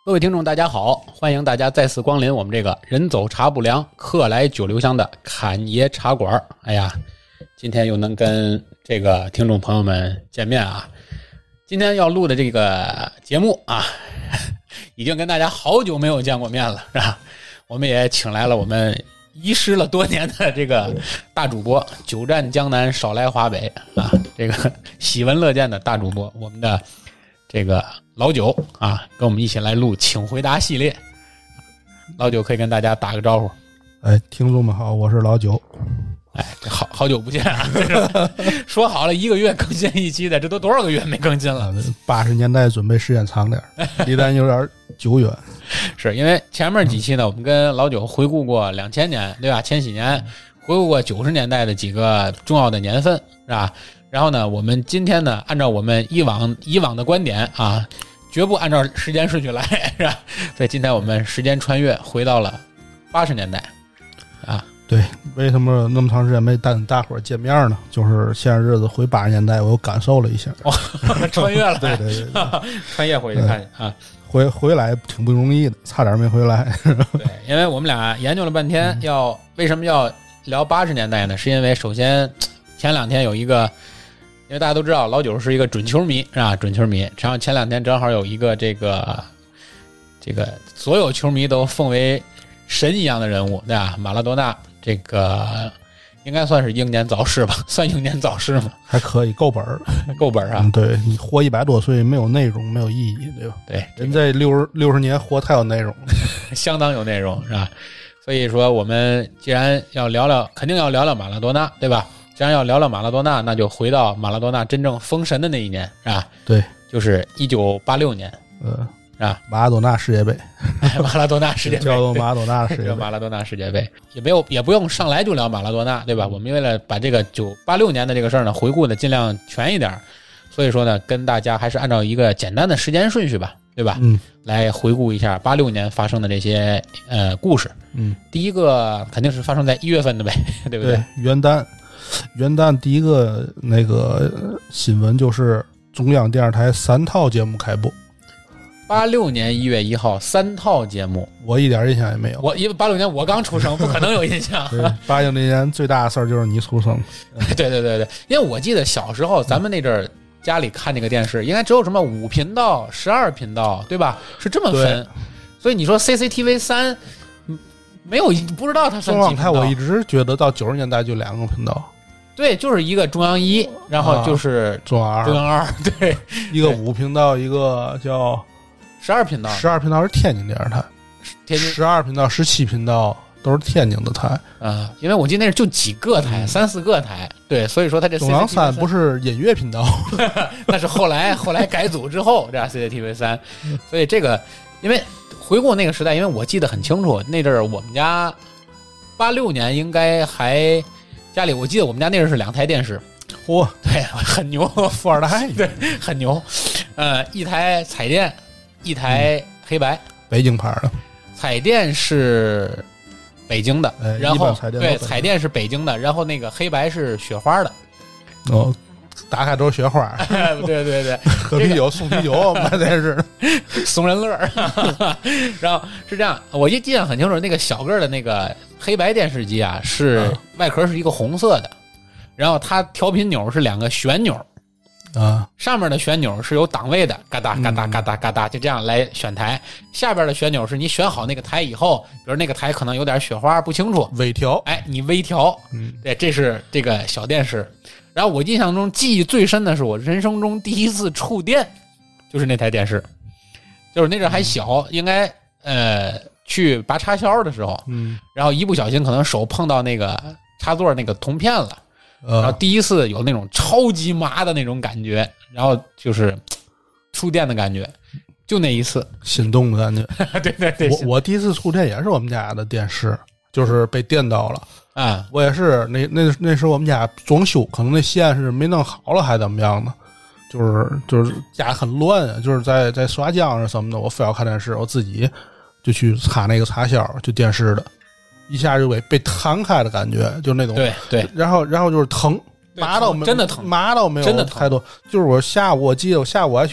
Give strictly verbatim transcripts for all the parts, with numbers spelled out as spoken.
各位听众大家好，欢迎大家再次光临我们这个人走茶不凉客来酒留香的侃爷茶馆。哎呀，今天又能跟这个听众朋友们见面啊！今天要录的这个节目啊，已经跟大家好久没有见过面了，是吧？我们也请来了我们遗失了多年的这个大主播，久战江南少来华北啊，这个喜闻乐见的大主播，我们的这个老九啊，跟我们一起来录请回答系列。老九可以跟大家打个招呼。 哎，听众们好，我是老九。 哎，这好好久不见啊！这是说好了一个月更新一期的，这都多少个月没更新了？ 八十年代准备时间长点，离咱有点久远。 是因为前面几期呢，我们跟老九回顾过两千年，对吧？千禧年，回顾过九十年代的几个重要的年份，是吧？然后呢，我们今天呢，按照我们以往以往的观点啊，绝不按照时间顺序来，是吧？所以今天我们时间穿越回到了八十年代，啊。 对，为什么那么长时间没跟大伙儿见面呢？就是前日子回八十年代，我又感受了一下， 哦、穿越了， 对对对， 穿越回去看去啊， 回回来挺不容易的，差点没回来。 对，因为我们俩研究了半天，要为什么要聊八十年代呢？是因为首先前两天有一个，因为大家都知道老九是一个准球迷，是吧？准球迷，然后前两天正好有一个这个这个所有球迷都奉为神一样的人物，对吧？马拉多纳。这个应该算是英年早逝吧，算英年早逝吗？ 还可以，够本儿， 够本儿啊！ 嗯、对你活一百多岁没有内容，没有意义，对吧？ 对， 人这六十六十年活太有内容， 相当有内容，是吧？所以说，我们既然要聊聊，肯定要聊聊马拉多纳，对吧？既然要聊聊马拉多纳，那就回到马拉多纳真正封神的那一年，是吧？ 对， 就是一九八六年， 呃。 啊， 马拉多纳世界杯， 马拉多纳世界杯， 叫做马拉多纳世界杯， 马拉多纳世界杯，也没有，也不用上来就聊马拉多纳，对吧？我们为了把这个九八六年的这个事儿呢，回顾的尽量全一点，所以说呢，跟大家还是按照一个简单的时间顺序吧，对吧？ 嗯， 来回顾一下八六年发生的这些呃故事。 嗯， 第一个肯定是发生在一月份的呗，对不对？ 对，元旦，元旦第一个那个新闻就是中央电视台三套节目开播。 八六年一月一号，三套节目， 我一点印象也没有。 我因为八六年我刚出生，不可能有印象。 八六年最大的事儿就是你出生。 对对对对，因为我记得小时候咱们那阵儿家里看这个电视，应该只有什么五频道、十二频道，对吧？是这么分。所以你说 C C T V 三没有，不知道它分几频道。 中央台我一直觉得到九十年代就两个频道。 对，就是一个中央一，然后就是中央二。 中央二，对， 一个五频道，一个叫。 十二频道， 十二频道是天津电视台， 天津十二频道、十七频道都是天津的台啊、呃。因为我记得那是就几个台，嗯、三四个台，对，所以说它这 C C T V 中央三不是音乐频道， 那是后来后来改组之后这样 C C T V 三，所以这个因为回顾那个时代，因为我记得很清楚，那阵儿我们家八六年应该还家里，我记得我们家那阵是两台电视。 嚯， 对，很牛， 富二代， 对，很牛，呃，一台彩电。一台黑白、嗯、 北京牌的， 彩电是北京的， 哎、 然后彩对彩电是北京的，然后那个黑白是雪花的。 哦，打开都是雪花。 对对对， 喝啤酒送啤酒，买电视送人乐。然后是这样，我印象很清楚，那个小个的那个黑白电视机啊，是、嗯、外壳是一个红色的，然后它调频钮是两个旋钮。 啊， 上面的旋钮是有档位的，嘎哒嘎哒嘎哒嘎哒，就这样来选台。下边的旋钮是你选好那个台以后，比如那个台可能有点雪花不清楚， 微调， 哎，你微调， 嗯， 对，这是这个小电视。然后我印象中记忆最深的是我人生中第一次触电，就是那台电视，就是那阵还小，嗯、应该呃去拔插销的时候， 嗯，然后一不小心可能手碰到那个插座那个铜片了。然后第一次有那种超级麻的那种感觉，然后就是触电的感觉，就那一次心动的感觉。 对对对， 我我第一次触电也是我们家的电视，就是被电到了啊！ 我也是那那那时候我们家装修，可能那线是没弄好了，还怎么样的，就是就是家很乱啊，就是在在刷浆啊什么的，我非要看电视，我自己就去插那个插销，就电视的。一下就被被弹开的感觉，就是那种对对， 然后然后就是疼，麻到没真的疼， 麻到没有真的太多。就是我下午我记得我下午还去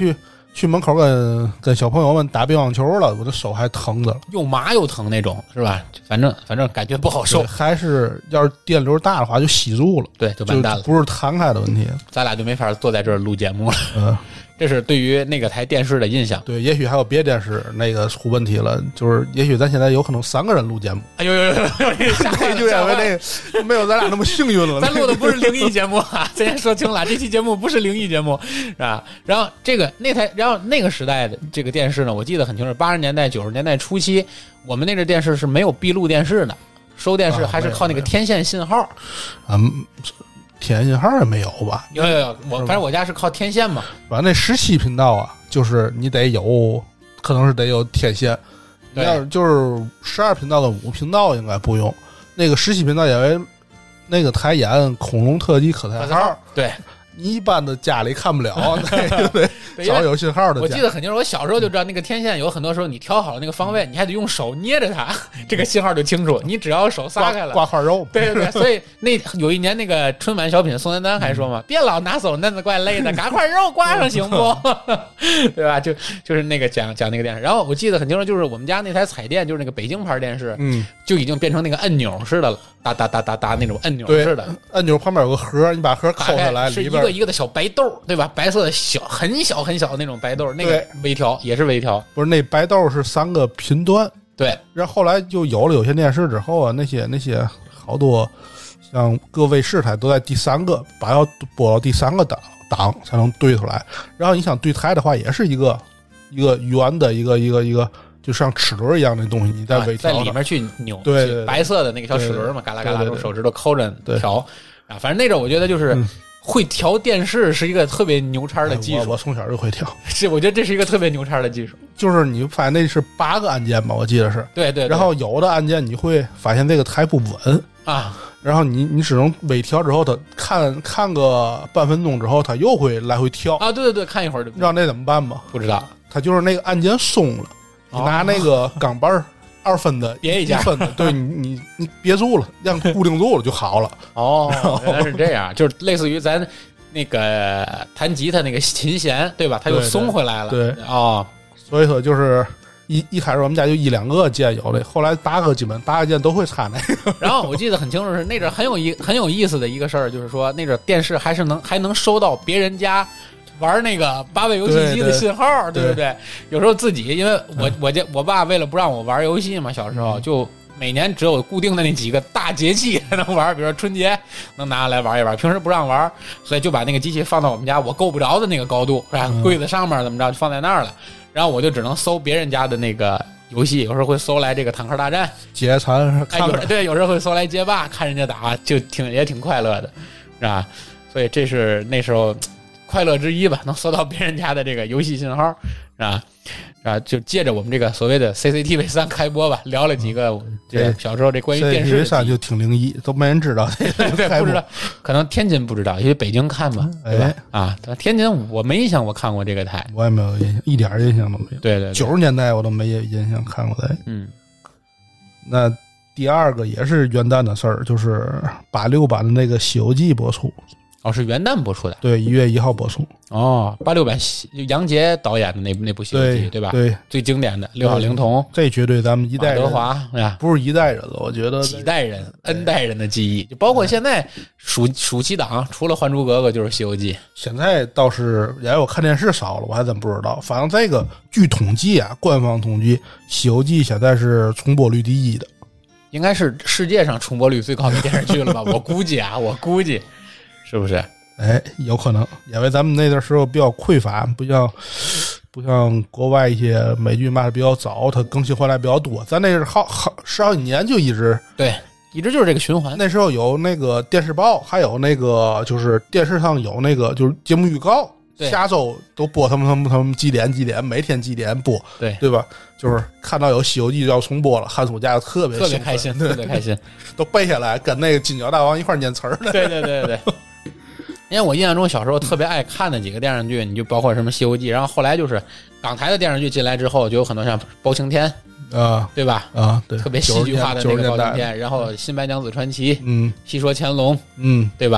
去门口跟跟小朋友们打乒乓球了，我的手还疼着了， 又麻又疼那种，是吧？反正反正感觉不好受。 还是要是电流大的话，就吸住了， 对，就完蛋了， 不是弹开的问题。 咱俩就没法坐在这儿录节目了。 嗯， 这是对于那个台电视的印象。 对，也许还有别电视那个出问题了，就是也许咱现在有可能三个人录节目。 哎呦呦呦，吓坏了！ 就认为那个没有咱俩那么幸运了。 咱录的不是灵异节目啊，咱先说清了，这期节目不是灵异节目，是吧？然后这个那台，然后那个时代的这个电视呢，我记得很清楚，八十年代、九十年代初期，我们那阵电视是没有闭路电视的，收电视还是靠那个天线信号。 啊，天线信号也没有吧？ 有有有，我反正我家是靠天线嘛。 反正那十七频道啊，就是你得有，可能是得有天线。你要就是十二频道跟五频道应该不用。那个十七频道因为那个台演恐龙特技可赛号， 对。 你一般的家里看不了，那就得找有信号的。 我记得很清楚，我小时候就知道那个天线有很多时候你调好了那个方位，你还得用手捏着它，这个信号就清楚。你只要手撒开了， 挂块肉。 对对对，所以那有一年那个春晚小品，宋丹丹还说嘛，嗯、别老拿手嫩子怪累的，赶块肉挂上行不？对吧？就就是那个讲讲那个电视。然后我记得很清楚，就是我们家那台彩电，就是那个北京牌电视， 嗯， 就已经变成那个按钮似的了，哒哒哒哒哒那种按钮似的。 按钮旁边有个盒，你把盒抠下来， 是一个一个的小白豆，对吧？白色的小很小很小的那种白豆，那个微调也是微调。 不是，那白豆是三个频段。 对， 然后后来就有了有线电视之后啊，那些那些好多像各卫视台都在第三个，把要播到第三个档档才能对出来。然后你想对台的话，也是一个一个圆的一个一个一个，就像齿轮一样的东西，你在微调、 啊、在里面去扭， 对, 对, 对， 白色的那个小齿轮嘛，嘎啦嘎啦用手指头抠着调啊。反正那种我觉得就是。嗯，会调电视是一个特别牛叉的技术。 哎、我, 我从小就会调， 是我觉得这是一个特别牛叉的技术。 就是你发现那是八个按键吧，我记得是。 对 对, 对。 然后有的按键你会发现这个台不稳啊， 然后你你只能微调之后，它看看个半分钟之后，它又会来回跳啊。对对对，看一会儿就。 你知道那怎么办吗？ 不知道。 它就是那个按键松了，你拿那个钢板二分的别一下， 一分的，对你你你别住了，让固定住了就好了。 哦，原来是这样，就是类似于咱。那个弹吉他那个琴弦，对吧？它又松回来了。 对哦， 所以说就是一一开始我们家就一两个键有的，后来八个基本八个键都会插那个。 然后我记得很清楚是那阵很有一很有意思的一个事儿，就是说那阵电视还是能还能收到别人家玩那个八位游戏机的信号， 对, 对, 对不对？有时候自己因为我、嗯、我家我爸为了不让我玩游戏嘛，小时候就。每年只有固定的那几个大节气才能玩，比如说春节能拿来玩一玩，平时不让玩，所以就把那个机器放到我们家我够不着的那个高度，是吧？ 嗯、 柜子上面怎么着就放在那儿了，然后我就只能搜别人家的那个游戏，有时候会搜来这个坦克大战、 街残看、 哎，对，有时候会搜来街霸，看人家打，就挺也挺快乐的，是吧？所以这是那时候快乐之一吧，能搜到别人家的这个游戏信号，是吧？啊，就借着我们这个所谓的 C C T V 三开播吧，聊了几个这小时候这关于电视的 C C T V 三就挺灵异，都没人知道。 对，不知道，可能天津不知道，因为北京看嘛，对吧？ 哎、 啊，天津我没印象，我看过这个台， 我也没有印象，一点印象都没有。 对 对, 对， 九十年代我都没印象看过台。 嗯， 那第二个也是元旦的事儿，就是八六版的那个《西游记》播出。 哦，是元旦播出的， 对，一月一号播出。 哦，八六版杨洁导演的那那部《西游记》，对吧？ 对， 最经典的六小龄童， 这绝对咱们一代人， 马德华呀， 不是一代人了，我觉得几代人、N 代人的记忆，就包括现在暑暑期档，除了《还珠格格》就是《西游记》。 现在倒是，因为我看电视少了，我还真不知道。反正这个据统计啊，官方统计，《西游记》现在是重播率第一的， 应该是世界上重播率最高的电视剧了吧？我估计啊，我估计。是不是？ 哎，有可能，因为咱们那段时候比较匮乏，不像不像国外一些美剧卖的比较早，它更新回来比较多。咱那是好好十好几年就一直对，一直就是这个循环。 那时候有那个电视报，还有那个就是电视上有那个就是节目预告，下周都播他们他们他们几点几点，每天几点播， 对对吧？就是看到有《西游记》要重播了，寒暑假特别特别开心，特别开心， 都背下来跟那个金角大王一块念词儿呢。 对对对对。因为我印象中小时候特别爱看的几个电视剧，你就包括什么《西游记》，然后后来就是港台的电视剧进来之后，就有很多像《包青天》 啊， 对吧？ 啊，对， 特别戏剧化的那个包青天，然后《新白娘子传奇》， 嗯， 《戏说乾隆》， 嗯， 对吧？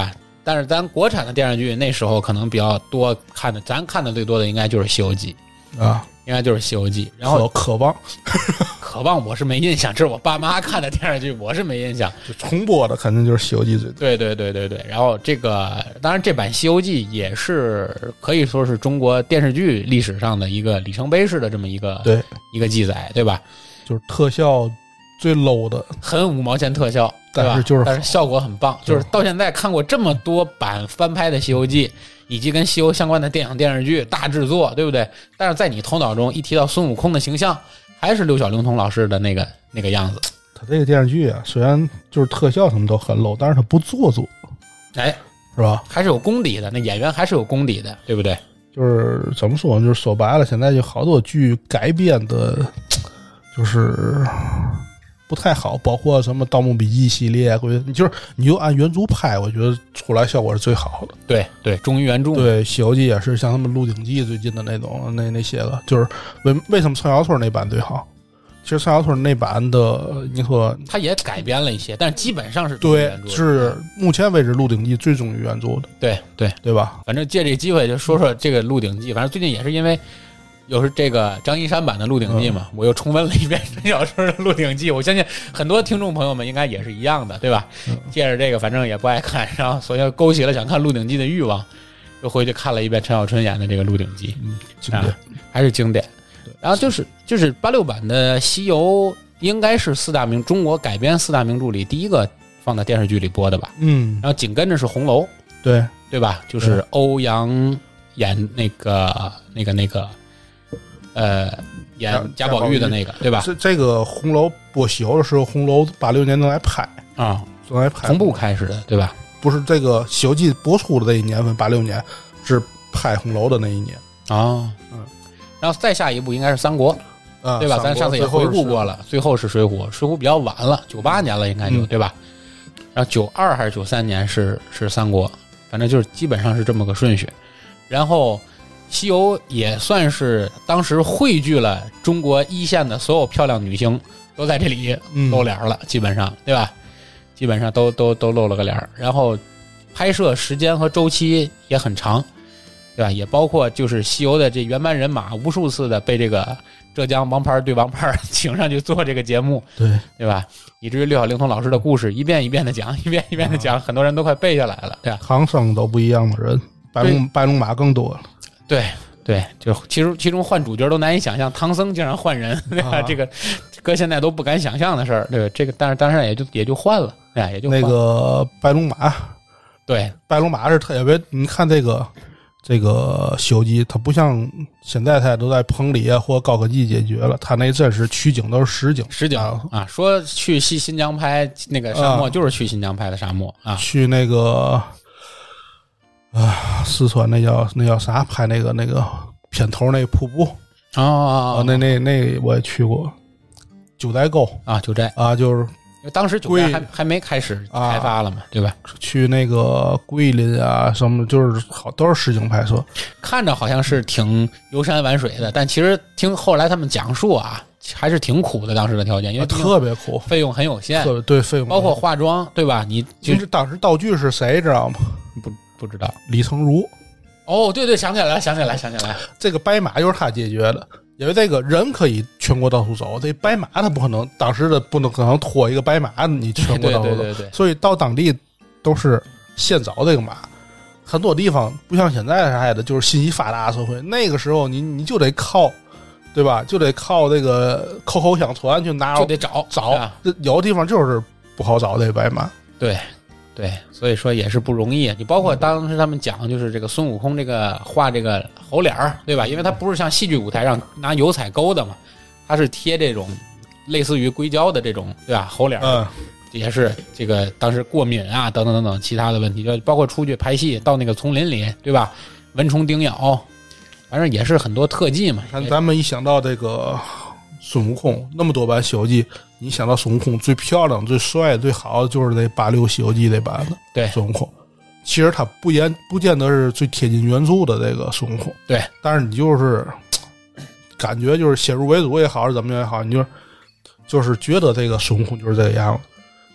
但是咱国产的电视剧那时候可能比较多看的，咱看的最多的应该就是《西游记》 啊， 应该就是《西游记》。然后渴望， 渴望我是没印象，这是我爸妈看的电视剧，我是没印象。 就重播的肯定就是《西游记》最多。 对对对对对。然后这个当然这版《西游记》也是可以说是中国电视剧历史上的一个里程碑式的这么一个对一个记载，对吧？ 就是特效最 low 的， 很五毛钱特效，对吧？ 但是就是但是效果很棒，就是到现在看过这么多版翻拍的《西游记》，以及跟西游相关的电影电视剧大制作，对不对？但是在你头脑中一提到孙悟空的形象，还是六小龄童老师的那个那个样子。 他这个电视剧啊，虽然就是特效什么都很 low， 但是他不做作， 哎， 是吧？ 还是有功底的，那演员还是有功底的，对不对？ 就是怎么说呢？就是说白了，现在就好多剧改编的，就是不太好，包括什么《盗墓笔记》系列，你就是你就按原著拍，我觉得出来效果是最好的。 对对，忠于原著。 对，《西游记》也是像他们《鹿鼎记》最近的那种那那些个，就是为为什么陈小春那版最好？其实陈小春那版的，你说他也改编了一些，但是基本上是对，是目前为止《鹿鼎记》最忠于原著的。 对对对吧？ 反正借这个机会就说说这个《鹿鼎记》，反正最近也是因为。又是这个张一山版的《鹿鼎记》嘛、嗯，我又重温了一遍陈小春的《鹿鼎记》，我相信很多听众朋友们应该也是一样的，对吧？嗯、借着这个，反正也不爱看，然后所以勾起了想看《鹿鼎记》的欲望，又回去看了一遍陈小春演的这个《鹿鼎记》， 嗯，经典、啊、 还是经典。然后就是就是八六版的《西游》，应该是四大名中国改编四大名著里第一个放在电视剧里播的吧？ 嗯， 然后紧跟着是《红楼》， 对对吧？就是欧阳演那个那个那个。呃，演贾宝玉的那个，对吧？ 这这个红楼播西游的时候，红楼八六年正来拍啊， 正来拍， 同步开始的，对吧？ 不是这个《西游记》播出的这一年份，八六年是拍红楼的那一年啊、哦。嗯，然后再下一步应该是三国， 啊、 对吧？咱上次也回顾过了，最后是水浒，水浒比较晚了，九八年了应该就、嗯、对吧？然后九二还是九三年是是三国，反正就是基本上是这么个顺序，然后。西游也算是当时汇聚了中国一线的所有漂亮女星都在这里露脸了、嗯、基本上对吧？基本上都都都露了个脸，然后拍摄时间和周期也很长，对吧？也包括就是西游的这原班人马无数次的被这个浙江王牌对王牌请上去做这个节目， 对对吧？以至于六小龄童老师的故事一遍一遍的讲，一遍一遍的讲、啊、很多人都快背下来了，对吧？ 唐僧都不一样的人，白龙白龙马更多了。 对对，就其中其中换主角都难以想象，唐僧竟然换人，对吧？啊、这个搁现在都不敢想象的事儿，对吧？这个但是当然也就也就换了，哎，也就换那个白龙马， 对， 白龙马是特别，你看这个这个《西游记》，它不像现在它都在棚里啊或高科技解决了，它那真是取景都是实景， 实景啊，啊说去西新疆拍那个沙漠、啊、就是去新疆拍的沙漠啊， 去那个。啊，四川那叫那叫啥？拍那个那个片头那个瀑布哦、 啊，那那那我也去过，九寨沟啊，九寨啊，就是因为当时九寨还还没开始开发了嘛，啊、对吧？ 去那个桂林啊，什么就是好都是实景拍摄， 看着好像是挺游山玩水的，但其实听后来他们讲述啊，还是挺苦的，当时的条件，因为特别苦， 费用很有限， 特别对费用， 包括化妆，对吧？你其实当时道具是谁知道吗？ 不。不知道李成儒， 哦，对对，想起来了，想起来，想起来， 这个白马就是他解决的，因为这个人可以全国到处走，这白马他不可能，当时的不能可能拖一个白马你全国到处走， 对对对对， 所以到当地都是现找这个马，很多地方不像现在啥的，就是信息发达社会，那个时候你你就得靠，对吧？就得靠这个口口相传去拿， 就得找找，啊、有的地方就是不好找这个白马， 对。对，所以说也是不容易。你包括当时他们讲，就是这个孙悟空这个画这个猴脸儿，对吧？因为他不是像戏剧舞台上拿油彩勾的嘛，他是贴这种类似于硅胶的这种，对吧？猴脸儿、嗯、也是这个当时过敏啊，等等等等其他的问题，就包括出去拍戏到那个丛林里，对吧？蚊虫叮咬，反正也是很多特技嘛。 看咱们一想到这个孙悟空那么多版《西游记》。你想到孙悟空最漂亮、最帅、最好的就是这八六《西游记》这版的， 对孙悟空。其实他不言不见得是最贴近原著的这个孙悟空， 对。 但是你就是感觉就是先入为主也好，是怎么样也好，你就就是觉得这个孙悟空就是这个样子。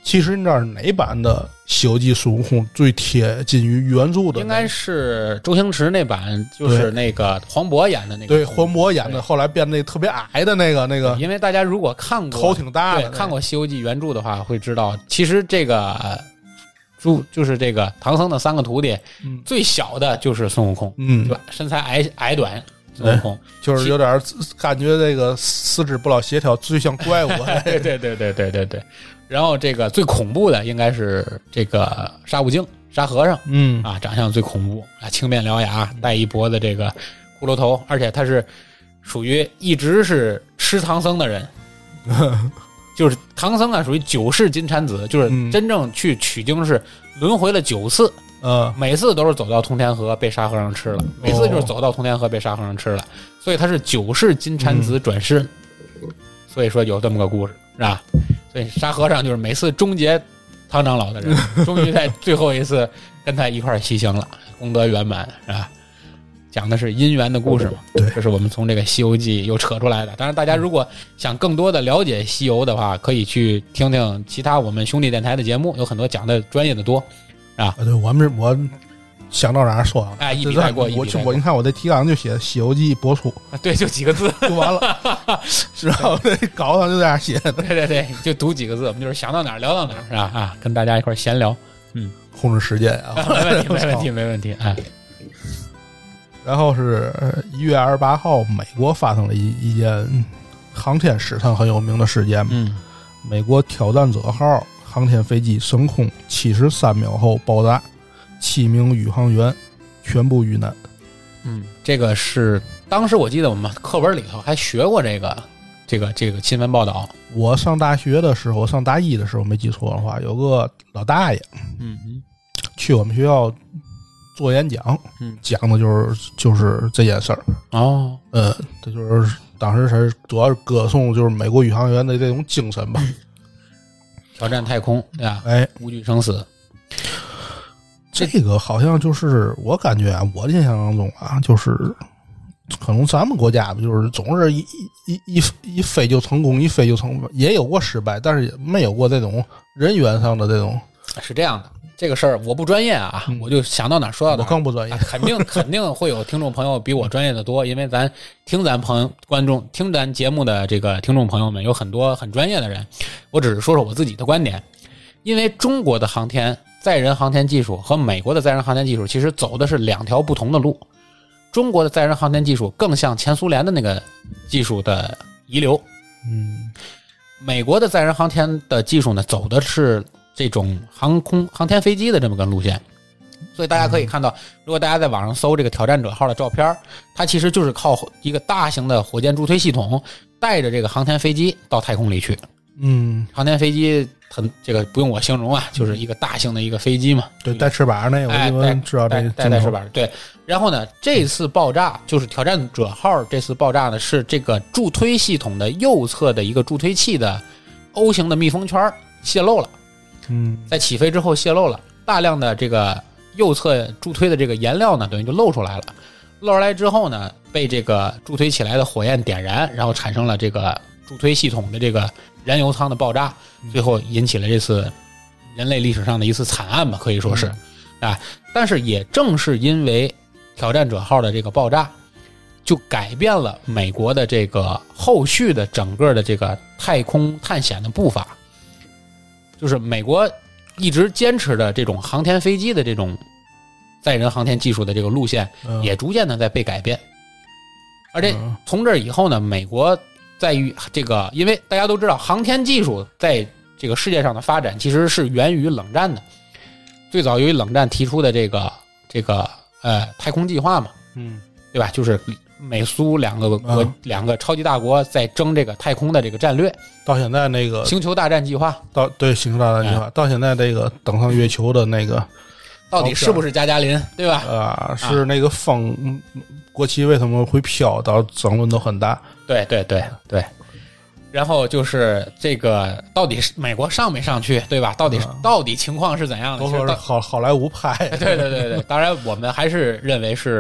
其实你知道哪版的《西游记》孙悟空最贴近于原著的？ 应该是周星驰那版，就是那个黄渤演的那个。 对，黄渤演的，后来变那特别矮的那个那个。 因为大家如果看过头挺大的， 对，看过《西游记》原著的话，会知道，其实这个朱就是这个唐僧的三个徒弟，嗯、最小的就是孙悟空，嗯，对吧？身材矮矮短。孙悟空就是有点感觉这个四肢不老协调，最像怪物。 对对对对对对对。然后这个最恐怖的应该是这个沙悟净沙和尚，嗯啊，长相最恐怖啊，青面獠牙，带一脖子这个骷髅头，而且他是属于一直是吃唐僧的人，就是唐僧啊，属于九世金蝉子，就是真正去取经是轮回了九次。呃，每次都是走到通天河被沙和尚吃了，每次就是走到通天河被沙和尚吃了，所以他是九世金蝉子转世，嗯、所以说有这么个故事，是吧？所以沙和尚就是每次终结唐长老的人，终于在最后一次跟他一块儿西行了，功德圆满，是吧？讲的是姻缘的故事嘛， 对， 这是我们从这个《西游记》又扯出来的。当然，大家如果想更多的了解西游的话，可以去听听其他我们兄弟电台的节目，有很多讲的专业的多。啊， 对，我们我想到哪儿说啊？ 哎，一笔带过， 我我你看我这提纲就写《西游记》播出， 对，就几个字就完了，是吧？我这稿上就这样写的， 对对对，就读几个字，我们就是想到哪儿聊到哪儿，是吧？啊，跟大家一块闲聊，嗯， 控制时间啊， 没问题，没问题，没问题，哎。 然后是一月二十八号，美国发生了一一件航天史上很有名的事件， 嗯， 美国挑战者号航天飞机升空七十三秒后爆炸，七名宇航员全部遇难。 嗯，这个是当时我记得我们课本里头还学过这个这个这个新闻报道。 我上大学的时候，上大一的时候没记错的话，有个老大爷， 嗯嗯， 去我们学校做演讲， 嗯， 讲的就是就是这件事儿。 哦， 呃，这就是当时是主要是歌颂就是美国宇航员的这种精神吧。 挑战太空，对吧？ 哎， 无惧生死。 这个好像就是我感觉啊，我的印象当中啊，就是可能咱们国家就是总是一一一一飞就成功，一飞就成功，也有过失败，但是也没有过这种人员上的这种。 是这样的，这个事儿我不专业啊，嗯、我就想到哪儿说到哪儿。 我更不专业， 啊、肯定肯定会有听众朋友比我专业的多，因为咱听咱朋友观众听咱节目的这个听众朋友们有很多很专业的人，我只是说说我自己的观点。因为中国的航天载人航天技术和美国的载人航天技术其实走的是两条不同的路，中国的载人航天技术更像前苏联的那个技术的遗留， 嗯， 美国的载人航天的技术呢走的是这种航空航天飞机的这么个路线，所以大家可以看到，如果大家在网上搜这个挑战者号的照片，它其实就是靠一个大型的火箭助推系统带着这个航天飞机到太空里去。 嗯， 航天飞机很这个不用我形容啊，就是一个大型的一个飞机嘛， 对，带翅膀那个， 哎， 我知道这个带带翅膀，对。然后呢，这次爆炸就是挑战者号这次爆炸呢，是这个助推系统的右侧的一个助推器的 O 型的密封圈泄漏了。 嗯， 在起飞之后泄漏了，大量的这个右侧助推的这个燃料呢，等于就漏出来了。漏出来之后呢，被这个助推起来的火焰点燃，然后产生了这个助推系统的这个燃油舱的爆炸，最后引起了这次人类历史上的一次惨案吧，可以说是啊。但是也正是因为挑战者号的这个爆炸，就改变了美国的这个后续的整个的这个太空探险的步伐。就是美国一直坚持的这种航天飞机的这种载人航天技术的这个路线，也逐渐的在被改变。而且从这以后呢，美国在于这个，因为大家都知道，航天技术在这个世界上的发展其实是源于冷战的。最早由于冷战提出的这个这个呃太空计划嘛， 嗯， 对吧？就是美苏两个国、嗯、两个超级大国在争这个太空的这个战略。 到现在那个星球大战计划， 到对星球大战计划、哎，到现在这个登上月球的那个， 到底是不是加加林，对吧？ 啊，是那个风、啊、国旗为什么会飘，到争论都很大。 对对对对。然后就是这个到底是美国上没上去，对吧？到底、嗯、到底情况是怎样的？ 都说是好好莱坞拍。 对对对对，当然我们还是认为是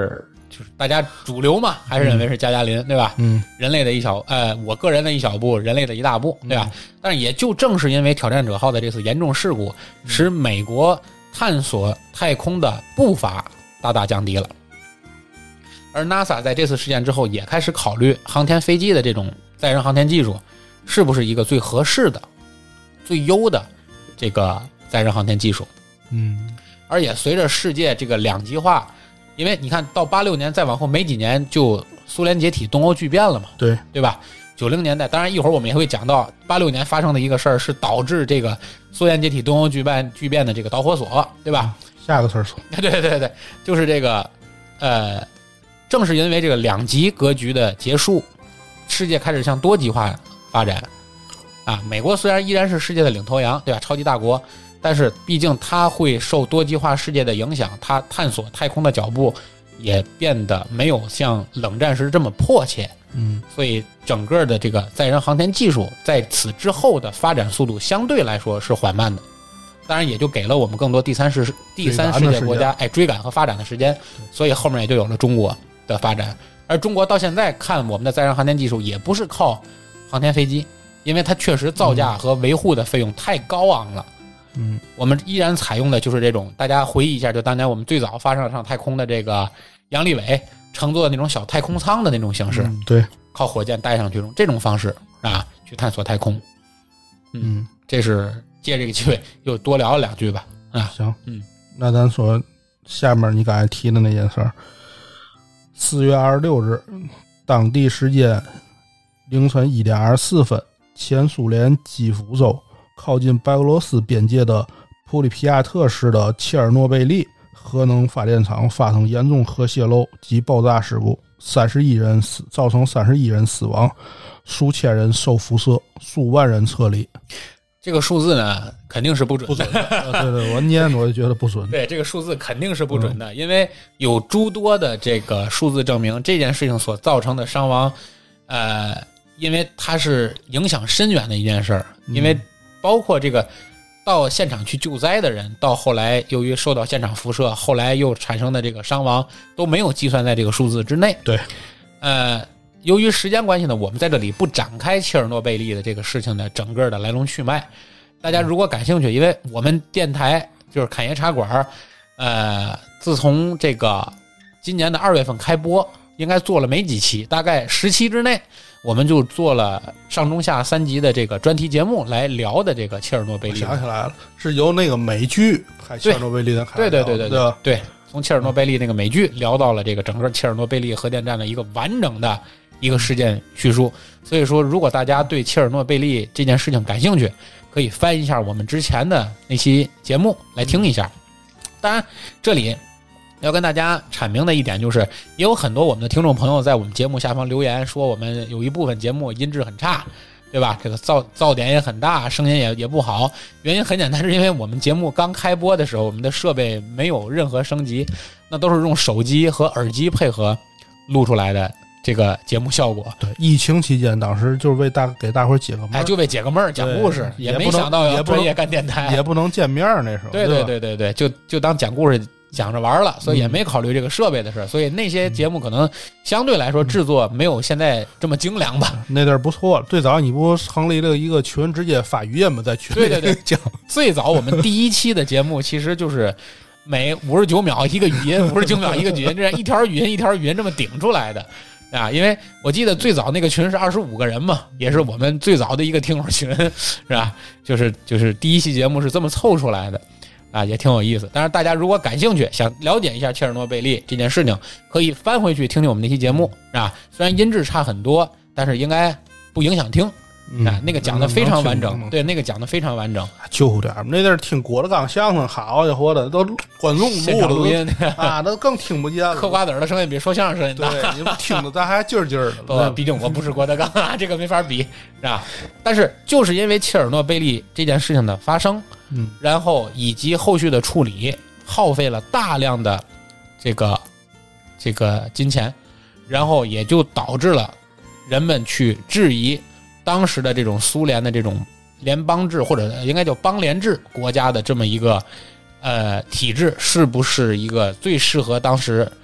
就是大家主流嘛，还是认为是加加林，对吧？ 嗯， 人类的一小呃，我个人的一小步，人类的一大步，对吧？嗯、但是也就正是因为挑战者号的这次严重事故，使美国探索太空的步伐大大降低了。而 NASA 在这次事件之后，也开始考虑航天飞机的这种载人航天技术是不是一个最合适的、最优的这个载人航天技术。 嗯， 而也随着世界这个两极化，因为你看到八六年再往后没几年，就苏联解体，东欧剧变了嘛， 对对吧？九零年代，当然一会儿我们也会讲到八六年发生的一个事儿，是导致这个苏联解体、东欧剧变剧变的这个导火索，对吧？ 下个事儿说， 对对对对，就是这个，呃，正是因为这个两极格局的结束，世界开始向多极化发展。啊，美国虽然依然是世界的领头羊，对吧？超级大国。但是毕竟它会受多极化世界的影响，它探索太空的脚步也变得没有像冷战时这么迫切。 嗯， 所以整个的这个载人航天技术在此之后的发展速度相对来说是缓慢的，当然也就给了我们更多第三世第三世界国家哎追赶和发展的时间，所以后面也就有了中国的发展。而中国到现在看我们的载人航天技术也不是靠航天飞机，因为它确实造价和维护的费用太高昂了。 嗯， 我们依然采用的就是这种，大家回忆一下，就当年我们最早发射上太空的这个杨利伟乘坐的那种小太空舱的那种形式， 嗯、对， 靠火箭带上去这种方式啊，去探索太空。嗯，嗯这是借这个机会又多聊了两句吧。啊， 行， 嗯， 那咱说下面你刚才提的那件事儿，四月二十六日，当地时间凌晨一点二十四分，前苏联基辅州靠近白俄罗斯边界的普里皮亚特市的切尔诺贝利核能发电厂发生严重核泄漏及爆炸事故，三十一人死，造成三十一人死亡，数千人受辐射，数万人撤离。 这个数字呢，肯定是不准的。 不准的、呃。对对，我念我就觉得不准。 对，这个数字肯定是不准的，嗯、因为有诸多的这个数字证明这件事情所造成的伤亡，呃，因为它是影响深远的一件事儿，因为。包括这个到现场去救灾的人，到后来由于受到现场辐射，后来又产生的这个伤亡都没有计算在这个数字之内。 对， 呃，由于时间关系呢，我们在这里不展开切尔诺贝利的这个事情的整个的来龙去脉。大家如果感兴趣，因为我们电台就是侃爷茶馆，呃，自从这个今年的二月份开播，应该做了没几期，大概十期之内。我们就做了上中下三集的这个专题节目来聊的这个切尔诺贝利。 我想起来了，是由那个美剧拍切尔诺贝利的开始。 对对对对对对对，从切尔诺贝利那个美剧聊到了这个整个切尔诺贝利核电站的一个完整的一个事件叙述。所以说，如果大家对切尔诺贝利这件事情感兴趣，可以翻一下我们之前的那期节目来听一下。当然，这里。要跟大家阐明的一点就是，也有很多我们的听众朋友在我们节目下方留言说，我们有一部分节目音质很差，对吧？这个噪噪点也很大，声音也也不好。原因很简单，是因为我们节目刚开播的时候，我们的设备没有任何升级，那都是用手机和耳机配合录出来的这个节目效果。 对，疫情期间，当时就是为大给大伙儿解个闷儿， 哎，就为解个闷儿，讲故事，也没想到要专业干电台， 也不能见面那时候。 对对对对对，就就当讲故事。讲着玩了，所以也没考虑这个设备的事、嗯、所以那些节目可能相对来说制作没有现在这么精良吧。 嗯、那阵不错了，最早你不成立了一个群，直接发语音吗？在群里对对对讲。 最早我们第一期的节目其实就是每五十九秒一个语音，五十九秒一个语音，这样一条语音一条语音这么顶出来的啊。因为我记得最早那个群是二十五个人嘛，也是我们最早的一个听友群，是吧？就是就是第一期节目是这么凑出来的。啊，也挺有意思。当然，大家如果感兴趣，想了解一下切尔诺贝利这件事情，可以翻回去听听我们那期节目啊。虽然音质差很多，但是应该不影响听啊。那个讲的非常完整，对，那个讲的非常完整。 就点那阵听郭德纲相声，好家伙的，都观众现场录音啊，那更听不见了。 嗑瓜子的声音比说相声声音大， 对，你们听的咱还劲儿劲儿的。毕竟我不是郭德纲啊，这个没法比，是吧？但是就是因为切尔诺贝利这件事情的发生。 嗯， 然后以及后续的处理，耗费了大量的这个这个金钱，然后也就导致了人们去质疑当时的这种苏联的这种联邦制或者应该叫邦联制国家的这么一个呃体制，是不是一个最适合当时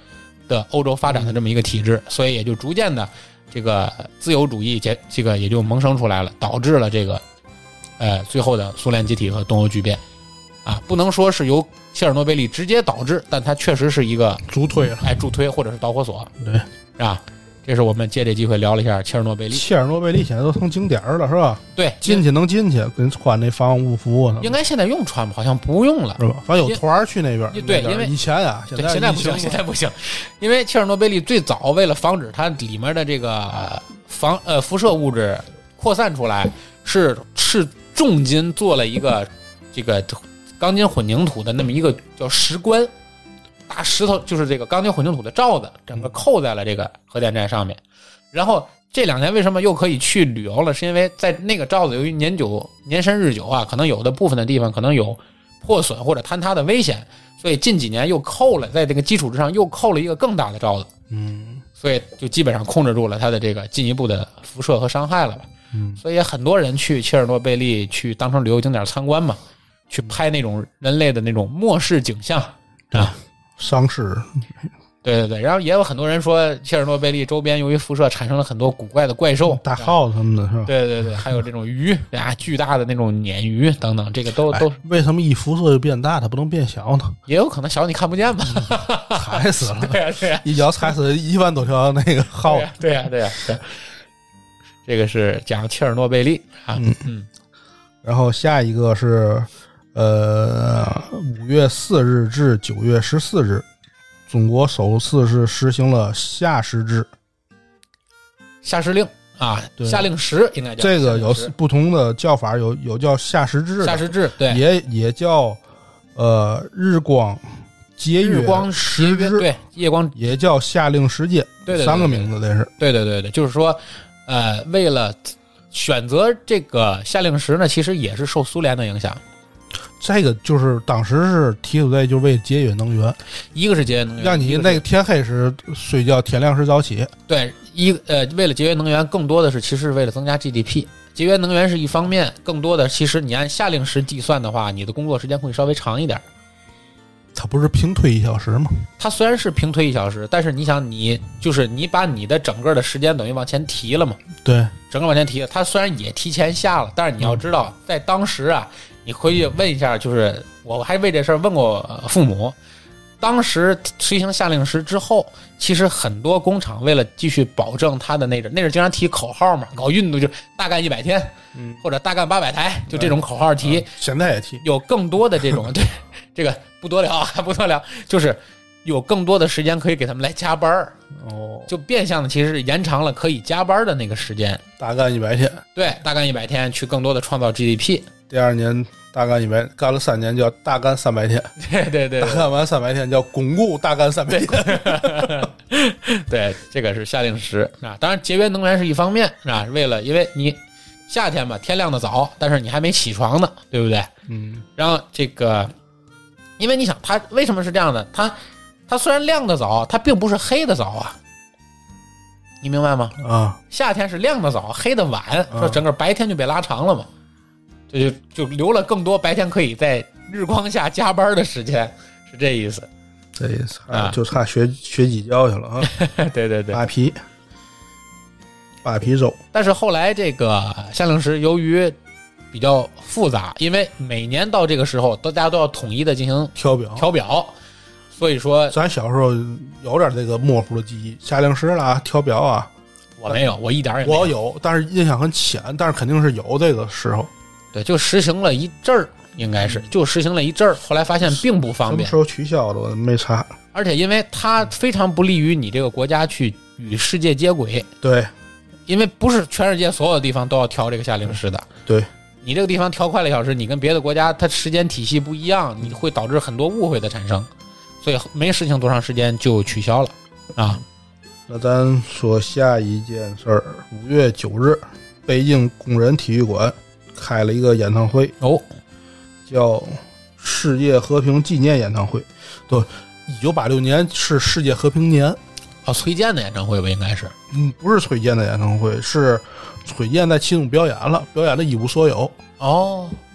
的欧洲发展的这么一个体制，所以也就逐渐的这个自由主义这这个也就萌生出来了，导致了这个呃最后的苏联解体和东欧剧变啊，不能说是由切尔诺贝利直接导致，但它确实是一个助推了， 哎助推或者是导火索， 对， 是吧？这是我们借这机会聊了一下切尔诺贝利。 切尔诺贝利现在都成景点了，是吧？ 对， 进去能进去，跟穿那防护服呢。 应该现在用穿吧？好像不用了， 是吧？反正有团去那边。 对，因为以前啊， 现在现在不行，现在不行，因为切尔诺贝利最早为了防止它里面的这个防呃辐射物质扩散出来，是是重金做了一个这个钢筋混凝土的那么一个叫石棺。大石头就是这个钢筋混凝土的罩子，整个扣在了这个核电站上面。然后这两年为什么又可以去旅游了？是因为在那个罩子由于年久年深日久啊，可能有的部分的地方可能有破损或者坍塌的危险，所以近几年又扣了，在这个基础之上又扣了一个更大的罩子。 嗯， 所以就基本上控制住了它的这个进一步的辐射和伤害了吧。 嗯， 所以很多人去切尔诺贝利去当成旅游景点参观嘛，去拍那种人类的那种末世景象啊。 丧尸， 对对对，然后也有很多人说切尔诺贝利周边由于辐射产生了很多古怪的怪兽， 大耗子什么的，是吧？ 对对对，还有这种鱼啊，巨大的那种鲶鱼等等，这个都、哎、都为什么一辐射就变大，它不能变小呢？ 也有可能小你看不见吧， 踩死了， 对呀、啊、对呀、啊， 一脚踩死一万多条那个耗子， 对呀、啊、对呀、啊、对、啊。这个是讲切尔诺贝利啊， 嗯嗯，然后下一个是。呃，五月四日至九月十四日，中国首次是实行了夏时制。 夏时令啊，夏令时应该叫这个有不同的叫法，有有叫夏时制， 夏时制对， 也也叫呃日光节约， 日光时约对，夜光也叫夏令时间， 对对， 三个名字这是。 对对对对，就是说，呃，为了选择这个夏令时呢，其实也是受苏联的影响。 这个就是当时是提出来，就为节约能源， 一个是节约能源， 让你那个天黑时睡觉，天亮时早起。 对，一呃，为了节约能源，更多的是其实是为了增加 G D P。节约能源是一方面，更多的其实你按夏令时计算的话，你的工作时间会稍微长一点。 它不是平推一小时吗？ 它虽然是平推一小时，但是你想，你就是你把你的整个的时间等于往前提了嘛？ 对， 整个往前提，它虽然也提前下了，但是你要知道，在当时啊。你回去问一下，就是我还为这事儿问过父母。当时实行夏令时之后，其实很多工厂为了继续保证它的那阵，那阵经常提口号嘛，搞运动就大干一百天，嗯，或者大干八百台，就这种口号提。嗯、 现在也提， 有更多的这种对这个不得了，还不得了，就是有更多的时间可以给他们来加班哦， 就变相的其实是延长了可以加班的那个时间， 大干一百天， 对，大干一百天，去更多的创造 G D P。 第二年大干一百，干了三年叫大干三百天， 对对 对, 对， 大干完三百天叫巩固大干三百天。 对，这个是夏令时啊。当然，节约能源是一方面啊，为了因为你夏天嘛，天亮的早，但是你还没起床呢，对不对？ 嗯。然后这个，因为你想，它为什么是这样的？它它虽然亮的早，它并不是黑的早啊。你明白吗？ 啊， 夏天是亮的早，黑的晚，说整个白天就被拉长了嘛。就就留了更多白天可以在日光下加班的时间，是这意思。 这意思啊，就差学学鸡叫去了啊！ 对对对， 扒皮，扒皮粥。 但是后来这个夏令时由于比较复杂，因为每年到这个时候，都大家都要统一的进行调表调表，所以说咱小时候有点这个模糊的记忆，夏令时啦，调表啊。 我没有，我一点也没有。 我有，但是印象很浅，但是肯定是有这个时候。 对，就实行了一阵儿，应该是就实行了一阵儿，后来发现并不方便。 什么时候取消的我没查。 而且因为它非常不利于你这个国家去与世界接轨。 对， 因为不是全世界所有的地方都要调这个夏令时的。 对， 你这个地方调快了一小时，你跟别的国家它时间体系不一样，你会导致很多误会的产生，所以没实行多长时间就取消了啊。 那咱说下一件事儿，五月九日，北京工人体育馆开了一个演唱会哦， 叫世界和平纪念演唱会。对，一九八六年是世界和平年。 哦，崔健的演唱会吧，应该是。 嗯，不是崔健的演唱会，是崔健在其中表演了，表演了一无所有。 哦，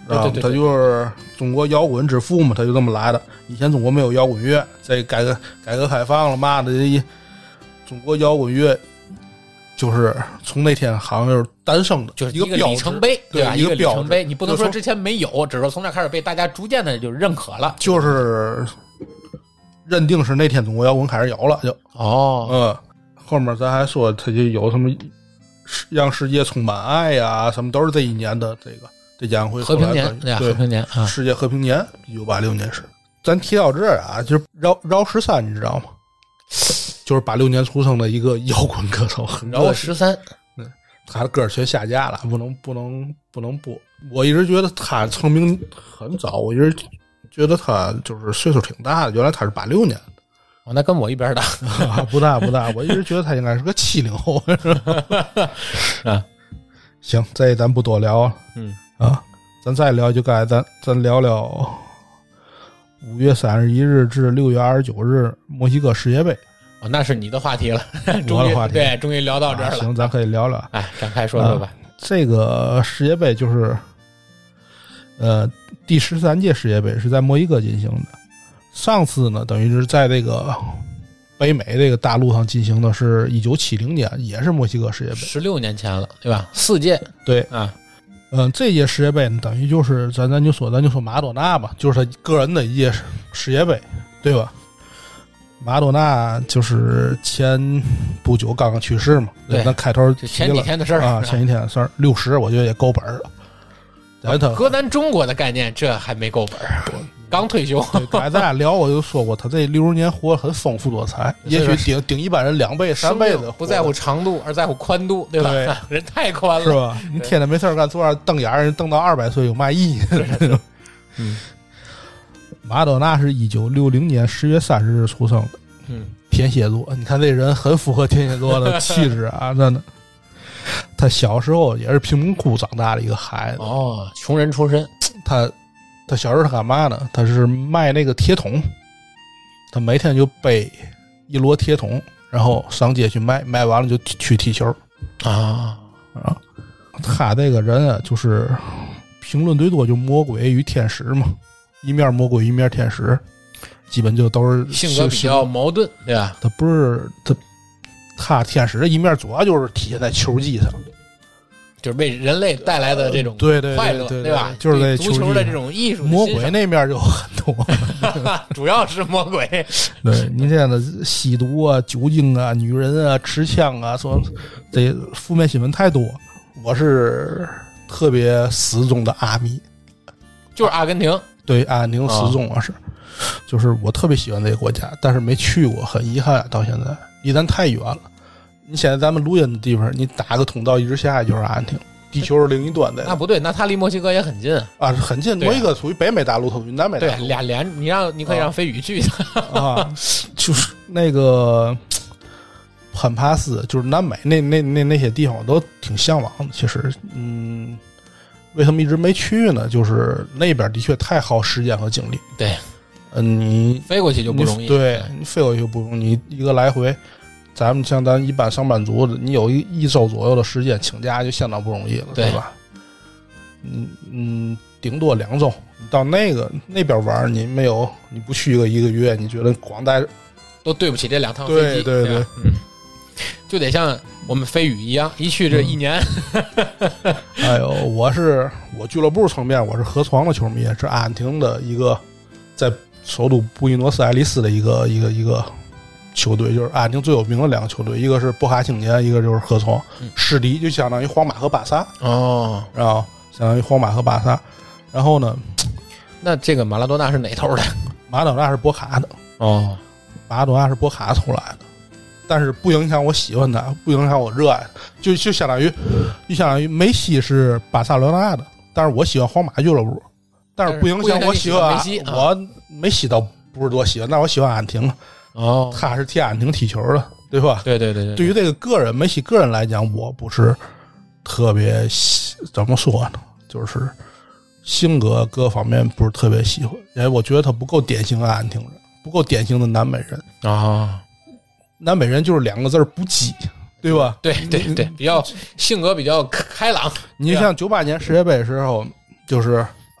对对对， 他就是中国摇滚之父嘛，他就这么来的。以前中国没有摇滚乐，这改革改革开放了嘛的，中国摇滚乐就是从那天好像就是诞生的， 就是一个里程碑， 对吧？一个里程碑，你不能说就之前没有，只是从那开始被大家逐渐的就认可了， 就是认定是那天中国摇滚开始有了，就哦， 嗯，后面咱还说他就有什么让世界充满爱呀，什么都是这一年的这个这将会和平年，对，和平年啊， 世界和平年，一九八六年是。咱提到这儿啊，就是饶饶十三，你知道吗？就是八六年出生的一个摇滚歌手， 饶十三， 嗯，他的歌全下架了，不能不能不能播。我一直觉得他成名很早，我一直觉得他就是岁数挺大的，原来他是八六年的。 哦，那跟我一边大， 啊、不大不大，我一直觉得他应该是个七零后。 啊， 行，这咱不多聊了。 嗯啊，咱再聊就该咱咱聊聊五月三十一日至六月二十九日墨西哥世界杯。 哦，那是你的话题了， 我的话题， 对，终于聊到这儿了。 啊、行，咱可以聊聊。 哎，展开说说吧。 啊、这个世界杯就是，呃，第十三届世界杯是在墨西哥进行的。上次呢，等于是在这个北美这个大陆上进行的是一九七零年，也是墨西哥世界杯， 十六年前了，对吧？四届， 对啊， 嗯、呃，这届世界杯呢，等于就是咱咱就说咱就说马拉多纳吧，就是他个人的一届世界杯，对吧？马拉多纳就是前不久刚刚去世嘛， 对， 咱开头前几天的事儿啊，前几天的事儿，六十我觉得也够本了。 啊、搁咱中国的概念，这还没够本儿。刚退休， 对，刚才咱俩聊，我就说过，他这六十年活得很丰富多彩，也许顶顶一般人两倍、三倍的。 不在乎长度，而在乎宽度，对吧？ 对人太宽了， 是吧？你天天没事干，坐那瞪眼儿，瞪到二百岁有嘛意义？ 嗯， 马拉多纳是一九六零年十月三十日出生的， 嗯， 天蝎座，你看这人很符合天蝎座的气质啊，真的。他小时候也是贫民窟长大的一个孩子， 哦，穷人出身， 他。他小时候他干嘛呢？他是卖那个铁桶，他每天就背一摞铁桶，然后上街去卖，卖完了就去踢球啊啊！他这个人啊，就是评论最多就魔鬼与天使嘛，一面魔鬼一面天使，基本就都是性格比较矛盾，对吧？ 他不是他，他天使的一面主要就是体现在球技上。 就是为人类带来的这种对对快乐， 对对吧？ 就是在足球的这种艺术。 魔鬼那面就很多， 主要是魔鬼。 对，你现在的吸毒啊、酒精啊、女人啊、持枪啊，说这负面新闻太多。我是特别死忠的阿迷， 就是阿根廷。 对，阿根廷死忠啊是，就是我特别喜欢这个国家，但是没去过，很遗憾，到现在离咱太远了。你现在咱们录音的地方，你打个通道一直下去就是阿根廷，地球是另一端的。 那不对，那它离墨西哥也很近啊，很近。墨西哥属于北美大陆，属于南美大陆。 对，俩连你让你可以让飞宇去啊，就是那个潘帕斯，就是南美那那那那些地方，我都挺向往的。其实，嗯，为什么一直没去呢？就是那边的确太耗时间和精力。 对， 嗯，你飞过去就不容易。 对，你飞过去就不容易，你一个来回。咱们像咱一般上班族的，你有一一周左右的时间请假就相当不容易了， 对, 对吧？嗯嗯，顶多两周。你到那个那边玩，你没有你不去个一个月，你觉得光带都对不起这两趟飞机， 对对 对, 对， 嗯，就得像我们飞宇一样，一去这一年。 嗯、哎呦，我是我俱乐部层面，我是河床的球迷，是阿根廷的一个在首都布宜诺斯艾利斯的一个一个一个。球队就是阿根廷最有名的两个球队，一个是波卡青年，一个就是河床，势敌就相当于皇马和巴萨哦， 然后相当于皇马和巴萨，然后呢， 那这个马拉多纳是哪头的？ 马拉多纳是波卡的哦， 马拉多纳是波卡出来的，但是不影响我喜欢他，不影响我热爱他，就就相当于就相当于梅西是巴塞罗那的，但是我喜欢皇马俱乐部，但是不影响我喜欢梅西， 我梅西倒不是多喜欢，但我喜欢阿根廷。 哦， 他是替阿根廷踢球的，对吧？ 对对对对。 对于这个个人梅西个人来讲，我不是特别怎么说呢？就是性格各方面不是特别喜欢，因为我觉得他不够典型的阿根廷人，不够典型的南美人啊。 南美人就是两个字不羁，对吧？ 对对对，比较性格比较开朗。 你像九八年世界杯的时候，就是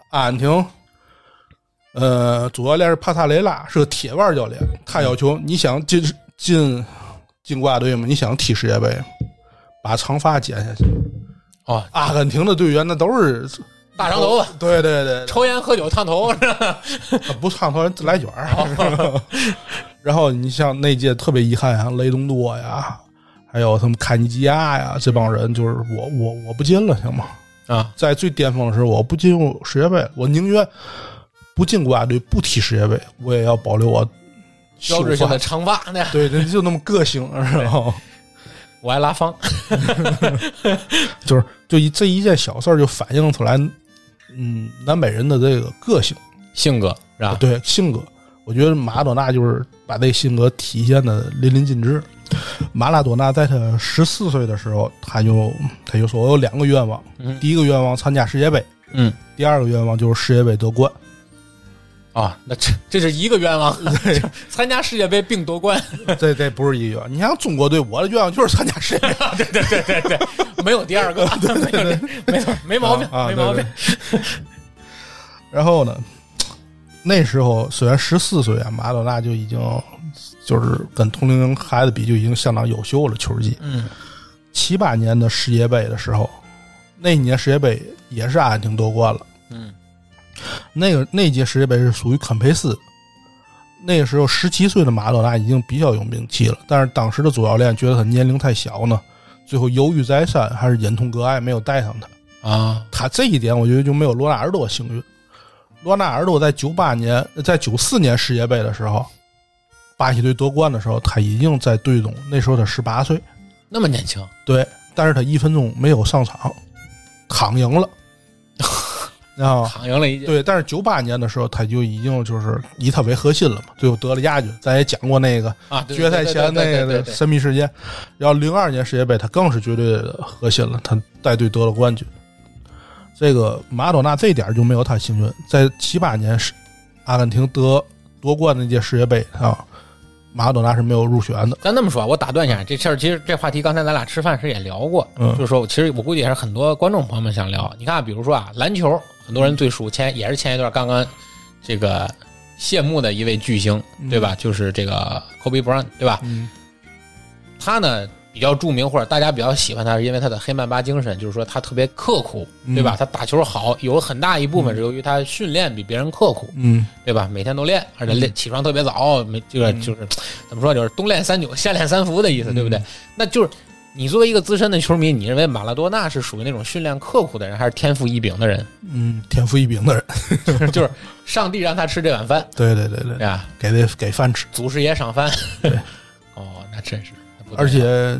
阿根廷，呃，主教练是帕萨雷拉，是个铁腕教练，他要求你想进进进国家队吗？你想踢世界杯，把长发剪下去。 哦， 阿根廷的队员那都是大长头发， 对对对， 抽烟喝酒烫头， 不烫头自来卷儿。然后你像那届特别遗憾啊，雷东多呀，还有什么凯尼基亚呀，这帮人就是我我我不进了，行吗？ 啊， 在最巅峰的时候，我不进入世界杯，我宁愿不进国家队，不踢世界杯，我也要保留我标志性的长发。 对，就那么个性，然后我爱拉芳， 就是就一这一件小事儿就反映出来，嗯，南北人的这个个性、 性格是吧？ 对，性格。我觉得马拉多纳就是把这性格体现的淋漓尽致。马拉多纳在他十四岁的时候，他就他就说我有两个愿望， 嗯、 第一个愿望参加世界杯， 嗯， 第二个愿望就是世界杯夺冠。 啊，那这这是一个愿望，参加世界杯并夺冠。 这这不是一个愿望，你像中国队，我的愿望就是参加世界杯。 对对对对对，没有第二个， 对对对， 没错，没毛病， 啊啊、 没毛病。 对对然后呢？那时候虽然十四岁啊，马拉多纳就已经就是跟同龄孩子比就已经相当优秀了球技。 嗯， 七八年的世界杯的时候，那一年世界杯也是阿根廷夺冠了。 嗯， 那个那届世界杯是属于坎佩斯。那个时候十七岁的马拉多纳已经比较有名气了，但是当时的主教练觉得他年龄太小呢，最后犹豫再三，还是忍痛割爱，没有带上他。 啊， 他这一点我觉得就没有罗纳尔多幸运。罗纳尔多在九八年，在九四年世界杯的时候，巴西队夺冠的时候，他已经在队中，那时候他十八岁， 那么年轻。 对，但是他一分钟没有上场，躺赢了，然后躺赢了一届。 对，但是九八年的时候，他就已经就是以他为核心了嘛，最后得了亚军。咱也讲过那个啊， 决赛前那个神秘事件。然后零二年世界杯，他更是绝对的核心了，他带队得了冠军。这个马拉多纳这一点就没有他幸运，在七八年阿根廷得夺冠那届世界杯啊，马拉多纳是没有入选的。 咱这么说，我打断一下，这事儿其实这话题刚才咱俩吃饭时也聊过，嗯，就是说，其实我估计也是很多观众朋友们想聊。你看，比如说啊，篮球，很多人最熟前也是前一段刚刚这个谢幕的一位巨星，对吧？嗯、就是这个 Kobe Bryant， 对吧？ 嗯， 他呢比较著名，或者大家比较喜欢他，是因为他的黑曼巴精神，就是说他特别刻苦，对吧？嗯、他打球好，有很大一部分是由于他训练比别人刻苦，嗯，对吧？每天都练，而且练起床特别早，没这个就是、嗯、怎么说，就是冬练三九，夏练三伏的意思，对不对？嗯、那就是你作为一个资深的球迷，你认为马拉多纳是属于那种训练刻苦的人，还是天赋异禀的人？ 嗯，天赋异禀的人， 就是上帝让他吃这碗饭， 对对对对， 对啊， 给他给饭吃， 祖师爷赏饭， 对， 哦，那真是。 而且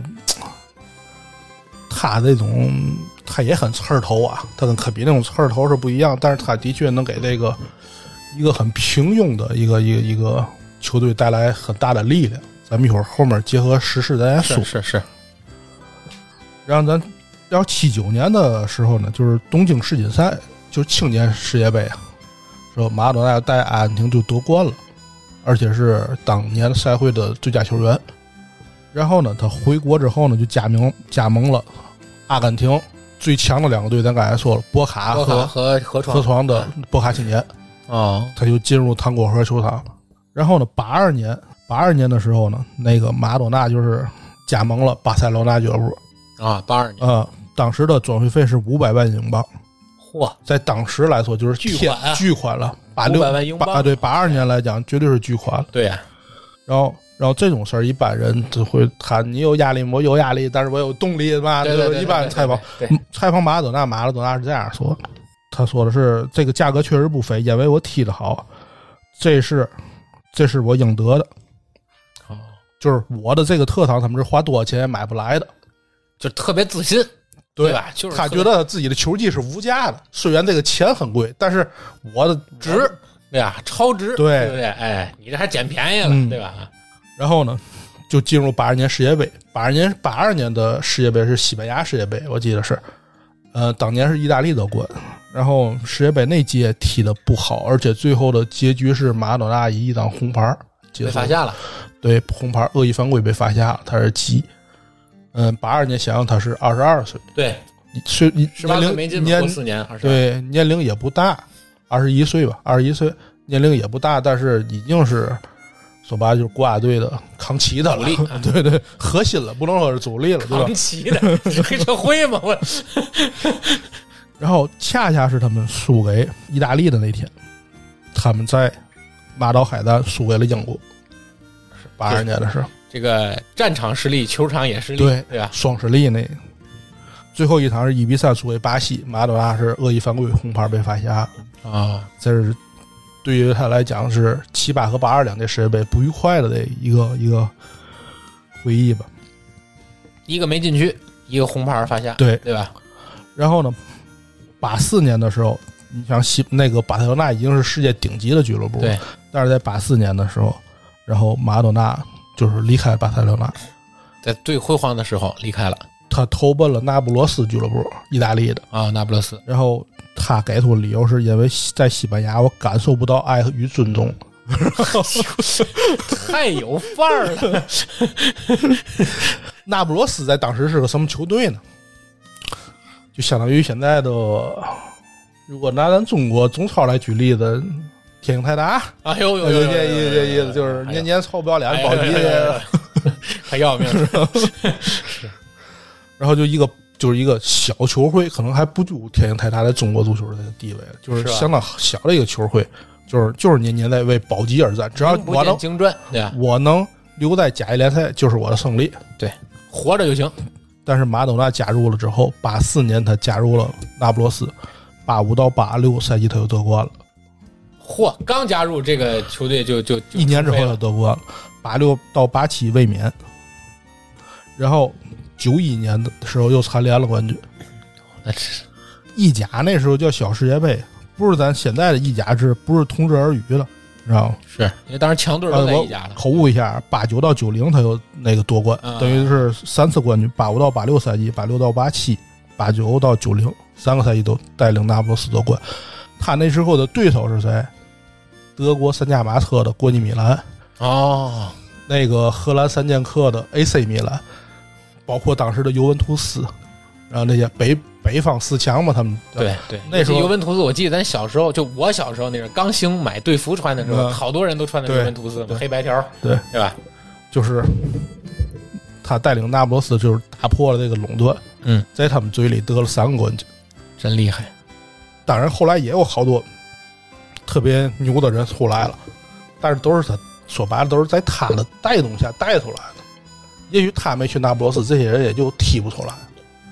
他这种他也很刺儿头啊，他跟科比那种刺儿头是不一样，但是他的确能给这个一个很平庸的一个一个一个球队带来很大的力量。咱们一会儿后面结合时事咱也说。 是是是。 然后咱要七九年的时候呢，就是东京世锦赛，就是青年世界杯啊，说马拉多纳带阿根廷就夺冠了，而且是当年赛会的最佳球员。然后呢，他回国之后呢，就加盟加盟了阿根廷最强的两个队，咱刚才说了，博卡和和河河床的博卡青年。 哦， 他就进入汤果河球场了。然后呢，八二年八二年的时候呢，那个马拉多纳就是加盟了巴塞罗那俱乐部啊，八二年啊、呃，当时的转会费是五百万英镑， 嚯， 在当时来说就是巨款、啊， 巨款了，八六百万英镑啊，对，八二年来讲绝对是巨款了。 对呀、啊， 然后。然后这种事儿，一般人就会谈你有压力，我有压力，但是我有动力嘛。 对对对对， 一般采访采访马拉多纳，马拉多纳是这样说的，他说的是这个价格确实不菲，因为我踢得好，这是这是我应得的。 哦， 就是我的这个特长，他们是花多少钱也买不来的， 就特别自信， 对, 对吧？就是他觉得自己的球技是无价的，虽然这个钱很贵，但是我的值，对吧？超值， 对对不对？哎，你这还捡便宜了， 嗯、 对吧？ 然后呢，就进入八二年世界杯。八二年八二年的世界杯是西班牙世界杯，我记得是，呃，当年是意大利夺冠。然后世界杯那届踢得不好，而且最后的结局是马拉多纳以一张红牌被罚下了。 对，红牌恶意犯规被罚下了，他是急。嗯，八二年想想他是二十二岁， 对， 岁十八岁没进过四年， 对，年龄也不大。 二十一岁吧，二十一岁，年龄也不大，但是已经是说白了就是国家队的扛旗的了，对对，核心了，不能说是主力了，对吧？ 扛旗的，这会吗？我。 然后恰恰是他们输给意大利的那天，他们在马岛海战输给了英国，是八十年的时候。 这个战场失利，球场也失利， 对对吧？ 双失利那最后一场是一比三输给巴西，马岛纳是恶意犯规，红牌被罚下啊、 哦， 这是对于他来讲是七八和八二两届世界杯不愉快的这一个一个回忆吧。 一个没进去，一个红牌罚下， 对对吧？ 然后呢，八四年的时候，你像西那个巴塞罗那已经是世界顶级的俱乐部， 对， 但是在八四年的时候，然后马拉多纳就是离开巴塞罗那， 在最辉煌的时候离开了， 他投奔了那不勒斯俱乐部，意大利的啊，那不勒斯。 然后他给出的理由是因为在西班牙我感受不到爱与尊重， 太有范儿了。 那不勒斯在当时是个什么球队呢？就相当于现在的，如果拿咱中国中超来举例子，天津泰达， 哎呦呦呦，这意这意思就是年年臭不要脸保级， 还要命是。然后就一个就是一个小球会，可能还不如天津泰达在中国足球的这个地位，就是相当小的一个球会，就是就是年年在为保级而战，只要我能精专，对吧？ 我能留在甲级联赛就是我的胜利， 对，活着就行。 但是马斗纳加入了之后，八四年他加入了那不勒斯，八五到八六赛季他就得冠了。 嚯，刚加入这个球队就就一年之后他得冠了，八六到八七卫冕，然后九一年的时候又蝉联了冠军。 那是意甲那时候叫小世界杯，不是咱现在的意甲制，不是同日而语了，知道吗？ 是因为当时强队都在意甲了。 口误一下，八九到九零他有那个夺冠， 啊、 等于是三次冠军，八五到八六赛季，八六到八七，八九到九零三个赛季都带领那不勒斯夺冠。他那时候的对手是谁？德国三驾马车的国际米兰， 哦， 那个荷兰三剑客的 A C 米兰，包括当时的尤文图斯，然后那些北北方四强嘛，他们对对， 那时候尤文图斯，我记得咱小时候，就我小时候那阵刚兴买队服穿的时候，嗯、好多人都穿的尤文图斯，黑白条， 对对吧？ 就是他带领那不勒斯，就是打破了这个垄断， 嗯， 在他们嘴里得了三个冠军， 真厉害。 当然后来也有好多特别牛的人出来了，但是都是他说白了都是在他的带动下带出来的。也许他没去那不勒斯，这些人也就踢不出来，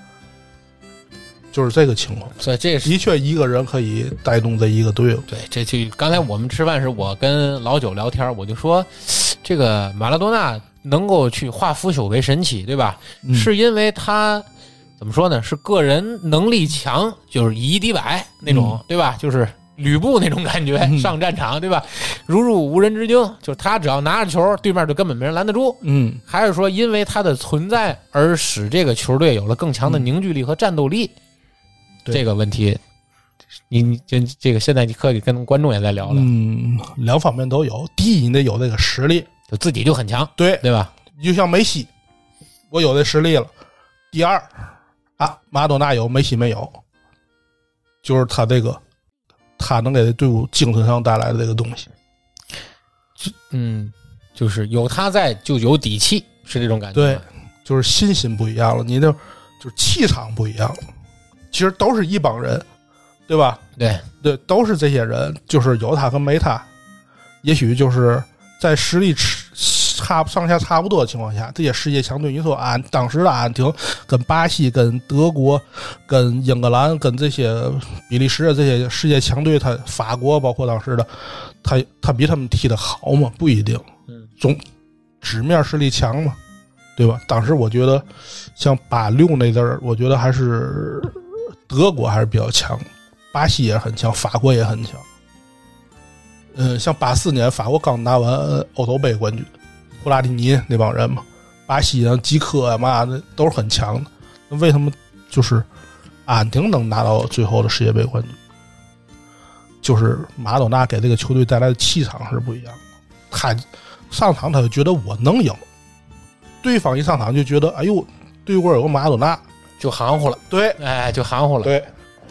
就是这个情况。 所以这的确一个人可以带动这一个队伍。 对，这就刚才我们吃饭时，我跟老九聊天，我就说这个马拉多纳能够去化腐朽为神奇，对吧？ 嗯、 是因为他怎么说呢？是个人能力强，就是以一敌百那种， 嗯、 对吧？就是吕布那种感觉， 嗯、 上战场，对吧？如入无人之境，就是他只要拿着球，对面就根本没人拦得住。 嗯， 还是说因为他的存在而使这个球队有了更强的凝聚力和战斗力？嗯、这个问题，你你这这个现在你可以跟观众也在聊了。 嗯，两方面都有。第一，你得有这个实力， 就自己就很强， 对对吧？ 就像梅西，我有这实力了。第二啊，马多纳有，梅西没有，就是他这个。他能给队伍精神上带来的这个东西， 嗯，就是有他在就有底气，是这种感觉。 对，就是信心不一样了，你的就是气场不一样了。其实都是一帮人，对吧？ 对对，都是这些人，就是有他跟没他，也许就是在实力差上下差不多的情况下，这些世界强队，你说安当时的阿根廷跟巴西、跟德国、跟英格兰、跟这些比利时这些世界强队，他法国包括当时的，他他比他们踢得好吗？不一定， 嗯， 总纸面实力强嘛，对吧？当时我觉得像八六那阵儿，我觉得还是德国还是比较强，巴西也很强，法国也很强。嗯，像八四年法国刚拿完欧洲杯冠军。布拉蒂尼那帮人嘛，巴西啊、基科啊嘛的都是很强的。那为什么就是阿根廷能拿到最后的世界杯冠军？就是马多纳给这个球队带来的气场是不一样的。他上场他就觉得我能赢，对方一上场就觉得哎呦，对过有个马多纳就含糊了。 对， 哎，就含糊了。 对，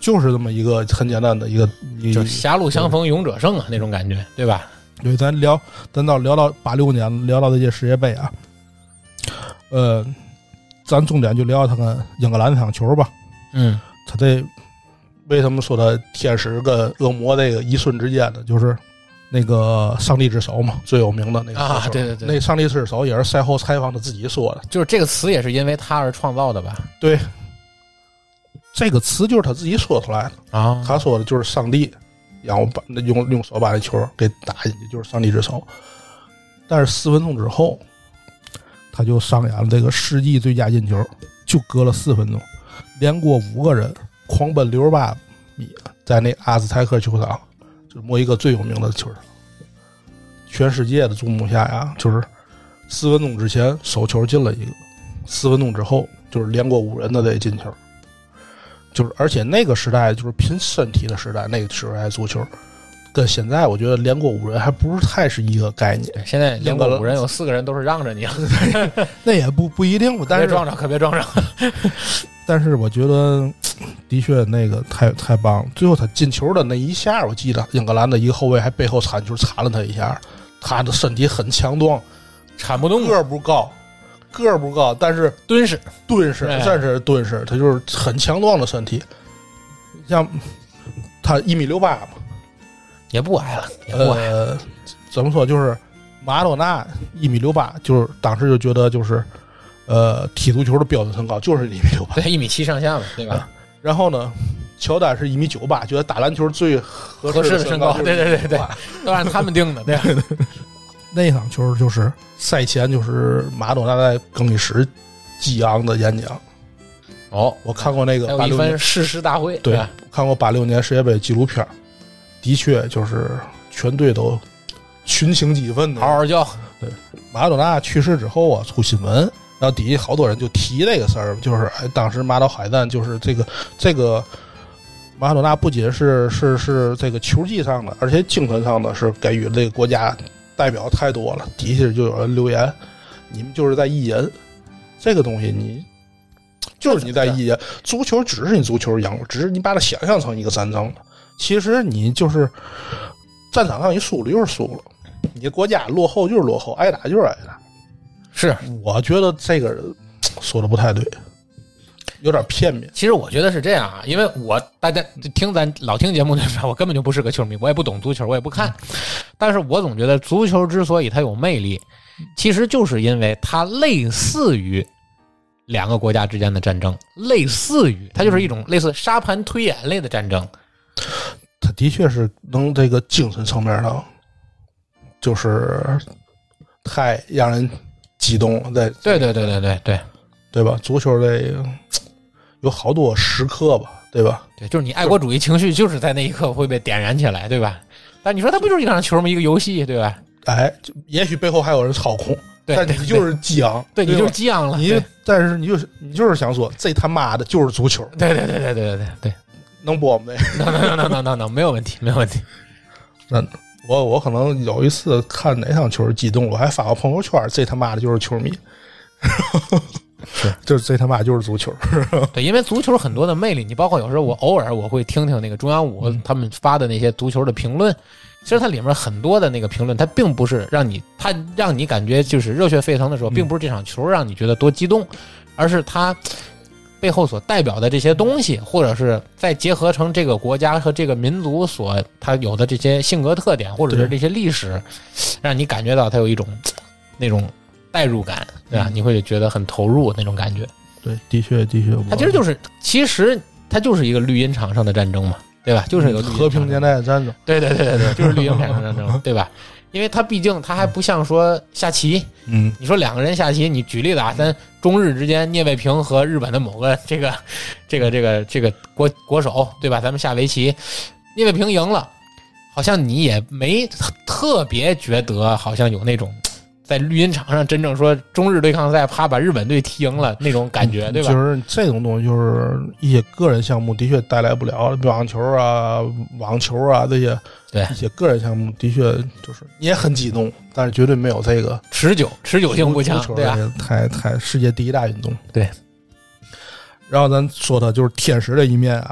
就是这么一个很简单的一个， 就是狭路相逢勇者胜啊那种感觉，对吧？ 对，咱聊，咱到聊到八六年，聊到这届世界杯啊，呃，咱重点就聊他跟英格兰那场球吧。 嗯， 他这为什么说他天使跟恶魔这个一瞬之间呢？就是那个上帝之手嘛，最有名的那个啊，对对对， 那上帝之手也是赛后采访他自己说的， 就是这个词也是因为他而创造的吧？ 对，这个词就是他自己说出来的啊， 他说的就是上帝让我把用用手把那球给打进去，就是上帝之手。但是四分钟之后，他就上演了这个世纪最佳进球，就隔了四分钟，连过五个人，狂奔六十八米，在那阿兹泰克球场，就是墨西哥最有名的球场，全世界的注目下呀，就是四分钟之前手球进了一个，四分钟之后就是连过五人的这进球。就是而且那个时代就是拼身体的时代，那个时代足球跟现在我觉得连过五人还不是太是一个概念。 现在连过五人有四个人都是让着你， 那也不不一定，但是可别撞上，可别撞上。 但是我觉得的确那个太太棒了。最后他进球的那一下，我记得英格兰的一个后卫还背后铲球铲了他一下，他的身体很强壮， 铲不动， 个儿不高。个儿不高，但是敦实， 敦实，真是敦实。他就是很强壮的身体，像他一米六八嘛， 也不矮了，也不矮了。 呃，怎么说？就是马拉多纳一米六八，就是当时就觉得就是呃踢足球的标准很高，就是一米六八， 对，一米七上下嘛，对吧？ 呃、然后呢，乔丹是一米九八，觉得打篮球最合适的身高，对对对对，都按他们定的，对。 那场球就是赛前，就是马多纳在更衣室激昂的演讲。 哦， 我看过那个还有一番誓师大会， 对，看过八六年世界杯纪录片，的确就是全队都群情激愤的， 嗷嗷叫。 对，马多纳去世之后啊，出新闻，然后底下好多人就提这个事儿，就是哎，当时马岛海战就是这个这个马多纳不仅是是是这个球技上的，而且精神上的是给予这个国家代表太多了。底下就有人留言，你们就是在意淫这个东西，你就是你在意淫。足球只是你足球一样，只是你把它想象成一个战争了。其实你就是战场上你输了就是输了，你国家落后就是落后，挨打就是挨打。 是， 我觉得这个说的不太对，有点片面。 其实我觉得是这样啊，因为我大家听咱老听节目的时候，我根本就不是个球迷，我也不懂足球，我也不看。但是我总觉得足球之所以它有魅力，其实就是因为它类似于两个国家之间的战争，类似于它就是一种类似沙盘推演类的战争。 它的确是能这个精神层面上，就是太让人激动了。对对对对对对对对吧？足球这个有好多时刻吧，对吧？ 对，就是你爱国主义情绪就是在那一刻会被点燃起来，对吧？但你说它不就是一场球吗？一个游戏，对吧？ 哎，也许背后还有人操控， 对， 但你就是激昂， 对，你就是激昂了。 你但是你就是你就是想说，这他妈的就是足球。 对对对对对对对对， 能播吗？ 能能能能能能，没有问题，没有问题。 真的，我我可能有一次看哪场球激动，我还发个朋友圈，这他妈的就是球迷。 是， 就是这他妈就是足球。 对，因为足球很多的魅力，你包括有时候我偶尔我会听听那个中央五他们发的那些足球的评论，其实它里面很多的那个评论，它并不是让你，它让你感觉就是热血沸腾的时候，并不是这场球让你觉得多激动，而是它背后所代表的这些东西，或者是再结合成这个国家和这个民族所它有的这些性格特点，或者是这些历史，让你感觉到它有一种那种代入感，对吧？你会觉得很投入那种感觉。 对，的确的确， 它其实就是其实它就是一个绿茵场上的战争嘛，对吧？就是一个和平年代的战争。 对对对对对，就是绿茵场上的战争，对吧？因为它毕竟它还不像说下棋，嗯，你说两个人下棋，你举例子啊，咱中日之间聂卫平和日本的某个这个这个这个这个国国手，对吧？咱们下围棋，聂卫平赢了，好像你也没特别觉得好像有那种在绿茵场上真正说中日对抗赛，啪把日本队踢赢了那种感觉，对吧？ 就是这种东西，就是一些个人项目的确带来不了，网球啊、网球啊这些， 对一些个人项目的确就是你也很激动，但是绝对没有这个持久，持久性不强，对啊， 太太世界第一大运动， 对。 然后咱说的就是天使的一面啊，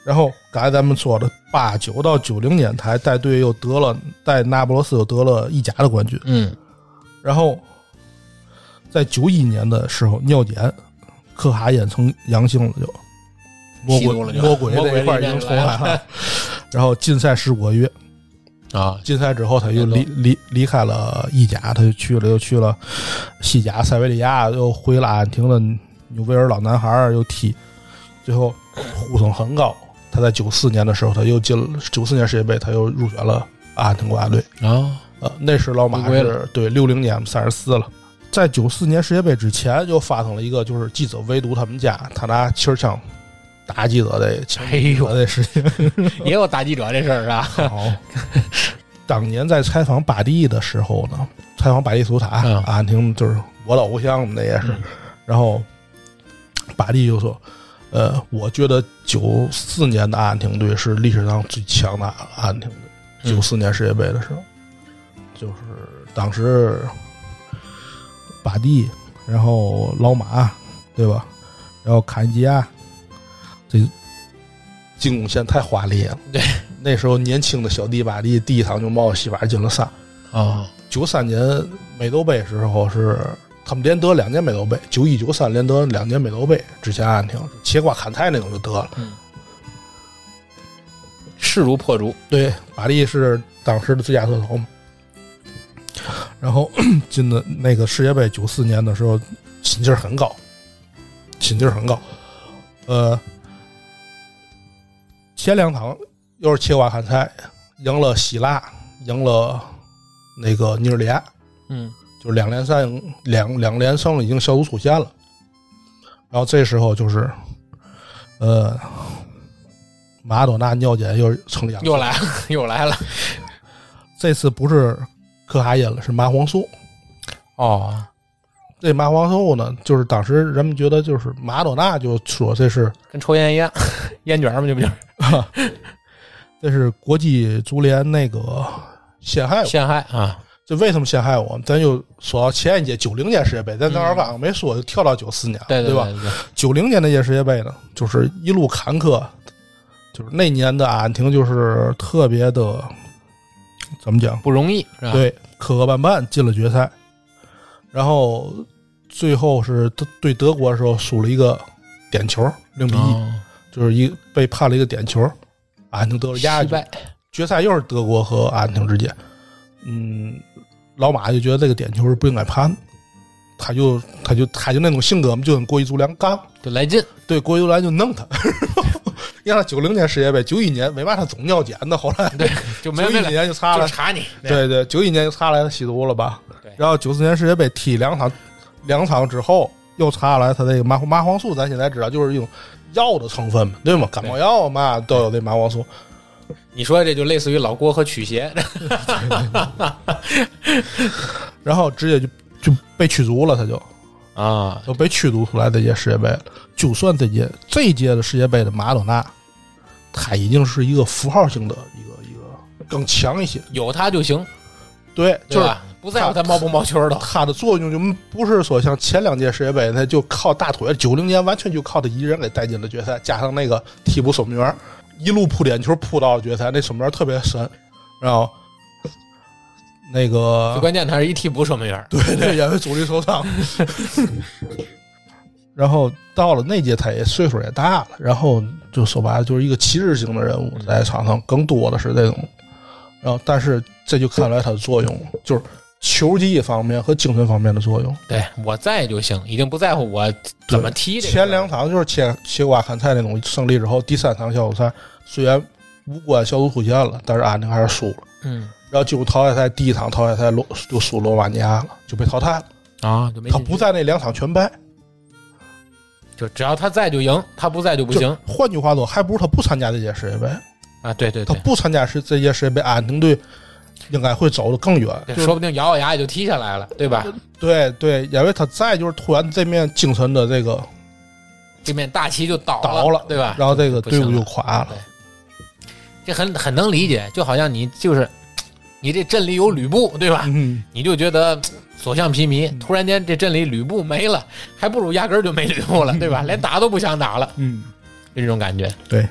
然后刚才咱们说的八九到九零年，他还带队又得了带那不勒斯又得了意甲的冠军。 嗯， 然后在九一年的时候尿检，可卡因成阳性了，就魔鬼魔鬼这一块已经出来了。然后禁赛十五个月啊， 禁赛之后他又离离离开了意甲，他就去了又去了西甲塞维利亚，又回了阿根廷的纽维尔老男孩又踢，最后呼声很高。他在九四年的时候，他又进了九四年世界杯，他又入选了阿根廷国家队啊。 呃，那时老马是对六零年三十四了。在九四年世界杯之前，又发生了一个就是记者围堵他们家，他拿气儿枪打记者的枪击者的事情， 也有打记者这事儿啊。 好，当年在采访巴蒂的时候呢，采访巴蒂图塔， 嗯、 阿根廷就是我的偶像，那也是。嗯、然后巴蒂就说。呃，我觉得九四年的阿根廷队是历史上最强的阿根廷队。九四年世界杯的时候，嗯、就是当时巴蒂，然后老马，对吧？然后卡恩吉亚，这进攻线太华丽了。 对， 那时候年轻的小弟巴蒂第一场就冒着戏法进了仨。 啊， 九三年美洲杯时候是。他们连得两年美洲杯，九一九三连得两年美洲杯。之前阿根廷切瓜砍菜那种就得了， 嗯，势如破竹。 对，巴蒂是当时的最佳射手嘛。然后进的那个世界杯九四年的时候，心劲儿很高，心劲儿很高。呃，前两场又是切瓜砍菜，赢了希腊，赢了那个尼日利亚， 嗯。 就是两连胜，两两连胜已经小组出线了，然后这时候就是，呃，马拉多纳尿检又成阳， 又来了，又来了。 这次不是可卡因了，是麻黄素。 哦， 这麻黄素呢，就是当时人们觉得就是马拉多纳就说这是跟抽烟一样，烟卷嘛，就不就是？ 这是国际足联那个陷害陷害啊。 这为什么陷害我？咱就说到前一届九零年世界杯，咱正好刚刚没说，就跳到九四年， 对对吧？九零年那届世界杯呢，就是一路坎坷，就是那年的阿根廷就是特别的，怎么讲？ 不容易，是吧？ 对，磕磕绊绊进了决赛，然后最后是对德国的时候输了一个点球，零比一、哦，就是一被判了一个点球，阿根廷得了亚军，决赛又是德国和阿根廷之间，嗯。老马就觉得这个点球是不应该判，他就他就他就那种性格嘛，就跟国际足联杠， 就来劲。 对，国际足联就弄他。让他九零年世界杯，九一年为嘛他总尿检呢？后来对，就没九一年就查了， 就查你。 对对，九一年就查来他吸毒了吧？ 对。 然后九四年世界杯踢两场，两场之后又查来他这个麻麻黄素，咱现在知道就是用药的成分嘛，对吗？感冒药嘛都有这麻黄素。 你说这就类似于老郭和曲协， 然后直接就就被驱逐了，他就啊， 都被驱逐出来这届世界杯了。就算这届这一届的世界杯的马拉多纳，他已经是一个符号性的一个一个更强一些， 有他就行。 对，就是不在乎他冒不冒球的， 他的作用就不是说像前两届世界杯他就靠大腿，九零年完全就靠他一人给带进了决赛，加上那个替补守门员。一路扑点球扑到决赛，那守门员特别深，然后那个最关键他是一替补守门员， 对对，因为主力受伤。然后到了那届他也岁数也大了，然后就说白了就是一个旗帜性的人物，在场上更多的是这种，然后但是这就看出来他的作用，就是球技方面和精神方面的作用。 对，我在就行，已经不在乎我怎么踢这个。 前两场就是切切瓜砍菜那种胜利之后，第三场小组赛虽然无关小组出现了，但是阿根廷还是输了。 嗯， 然后进入淘汰赛，第一场淘汰赛罗就输罗马尼亚了，就被淘汰了啊，就没他不在那两场全败。 就只要他在就赢，他不在就不行。 换句话说，还不如他不参加这届世界杯啊！对对对， 他不参加是这届世界杯，阿根廷队应该会走得更远， 说不定咬咬牙也就踢下来了，对吧？ 对对，因为他在就是突然这面精神的这个这面大旗就倒了， 倒了， 对吧？ 然后这个队伍就垮了。 这很很能理解，就好像你就是你这阵里有吕布，对吧？ 嗯， 你就觉得所向披靡，突然间这阵里吕布没了，还不如压根儿就没吕布了，对吧？连打都不想打了， 嗯， 这种感觉。 对，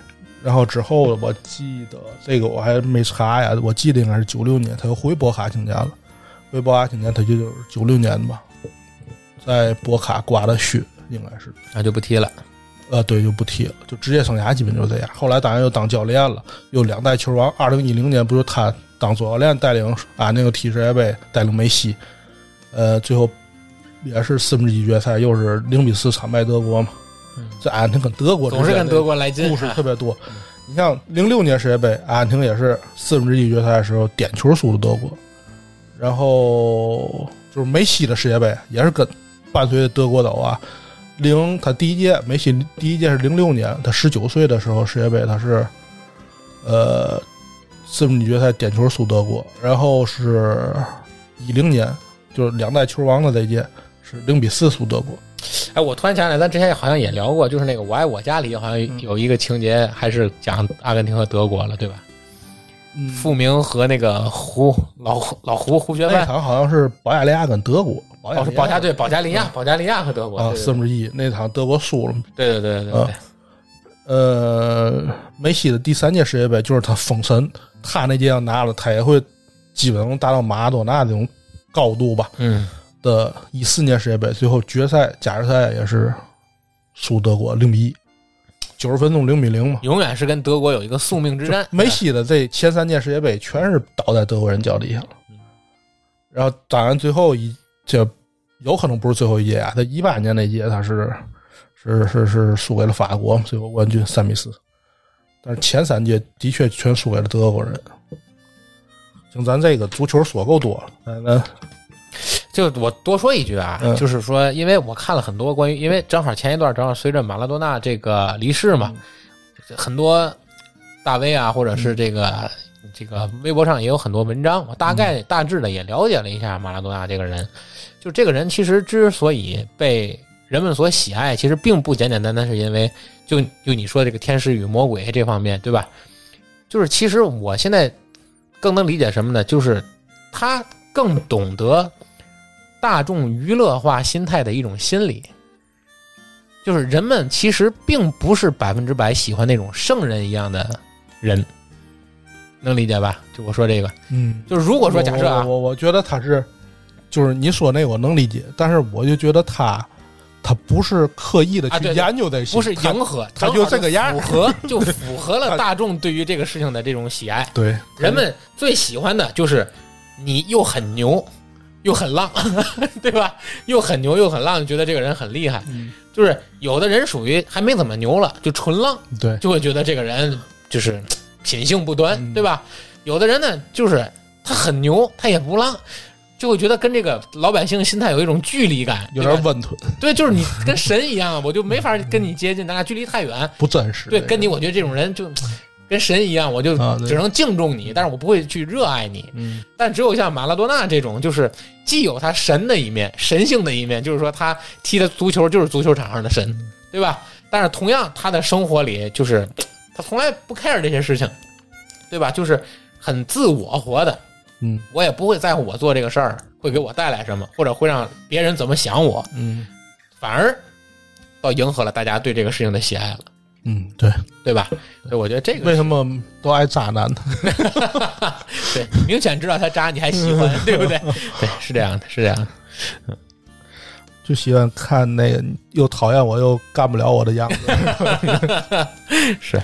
然后之后我记得这个我还没查呀，我记得应该是九六年他又回波卡青年了，回波卡青年他就就是九六年吧，在波卡刮的雪应该是， 那就不提了。 呃，对，就不提了，就职业生涯基本就这样。后来当然又当教练了，又两代球王。二零一零年不是他当主教练带领啊那个踢世界杯，带领梅西，呃，最后也是四分之一决赛，又是零比四惨败德国嘛。嗯、这阿根廷跟德国总是跟德国来劲， 故事特别多。嗯、你像零六年世界杯，阿根廷也是四分之一决赛的时候点球输了德国，然后就是梅西的世界杯也是跟伴随着德国走啊。零他第一届梅西第一届是零六年，他十九岁的时候世界杯他是呃四分之一决赛点球输德国，然后是一零年就是两代球王的这届是零比四输德国。 哎，我突然想起来，咱之前好像也聊过，就是那个《我爱我家》里好像有一个情节，还是讲阿根廷和德国了，对吧？嗯，傅明和那个胡老老胡胡学范， 那场好像是保加利亚跟德国。 哦，是保加对保加利亚，保加利亚和德国啊，四分之一那场德国输了。 对对对对对。 啊、呃，梅西的第三届世界杯就是他封神，他那届要拿了，他也会基本能达到马拉多纳这种高度吧。 嗯。 的一四年世界杯，最后决赛加时赛也是输德国零比一，九十分钟零比零嘛。 永远是跟德国有一个宿命之战。 梅西的这前三届世界杯全是倒在德国人脚底下了。嗯、然后当然最后一。这有可能不是最后一届啊，他一八年那届他是是是是输给了法国，最后冠军三比四。但是前三届的确全输给了德国人。像咱这个足球说够多了，那那就我多说一句啊，嗯、就是说，因为我看了很多关于，因为正好前一段正好随着马拉多纳这个离世嘛，嗯、很多大 V 啊，或者是这个。嗯这个微博上也有很多文章，我大概大致的也了解了一下马拉多纳这个人。就这个人其实之所以被人们所喜爱，其实并不简简单单是因为就就你说这个天使与魔鬼这方面，对吧？就是其实我现在更能理解什么呢？就是他更懂得大众娱乐化心态的一种心理。就是人们其实并不是百分之百喜欢那种圣人一样的人。能理解吧？就我说这个，嗯，就是如果说假设啊， 我我我觉得他是，就是你说那个我能理解，但是我就觉得他，他不是刻意的去研究这些， 不是迎合， 他就这个样， 符合就符合了大众对于这个事情的这种喜爱。 对， 人们最喜欢的就是你又很牛，又很浪，对吧？又很牛又很浪，觉得这个人很厉害。嗯，就是有的人属于还没怎么牛了，就纯浪， 对， 就会觉得这个人就是。品性不端，对吧？有的人呢，就是他很牛，他也不浪，就会觉得跟这个老百姓心态有一种距离感， 有点温吞。 对，就是你跟神一样，我就没法跟你接近，咱俩距离太远， 不真实。 对，跟你，我觉得这种人就跟神一样，我就只能敬重你，但是我不会去热爱你。嗯。但只有像马拉多纳这种，就是既有他神的一面，神性的一面，就是说他踢的足球就是足球场上的神，对吧？但是同样，他的生活里就是。他从来不 care 这些事情，对吧？就是很自我活的，嗯，我也不会在乎我做这个事儿会给我带来什么，或者会让别人怎么想我，嗯，反而倒迎合了大家对这个事情的喜爱了， 嗯，对， 对吧？所以我觉得这个为什么都爱渣男呢？ 对，明显知道他渣，你还喜欢，对不对？对，是这样的，是这样的，嗯。 就喜欢看那个又讨厌我又干不了我的样子。 是。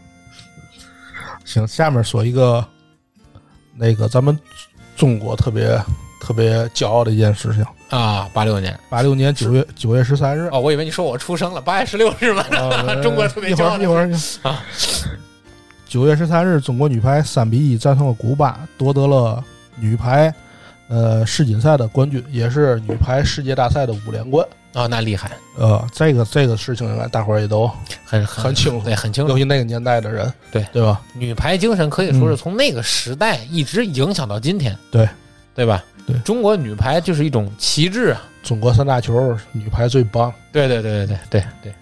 行，下面说一个那个咱们中国特别特别骄傲的一件事情啊，八六年， 八六年九月九月十三日。 哦，我以为你说我出生了，八月十六日嘛。啊、中国特别骄傲的一会儿一会儿啊。九月十三日，中国女排三比一战胜了古巴，夺得了女排。呃，世锦赛的冠军，也是女排世界大赛的五连冠哦，那厉害。 呃，这个这个事情应该大伙儿也都很很清楚， 对，很清楚。 尤其那个年代的人， 对对吧？ 女排精神可以说是从那个时代一直影响到今天， 对对吧？ 对， 中国女排就是一种旗帜啊。 中国三大球，女排最棒。 对对对对对对对。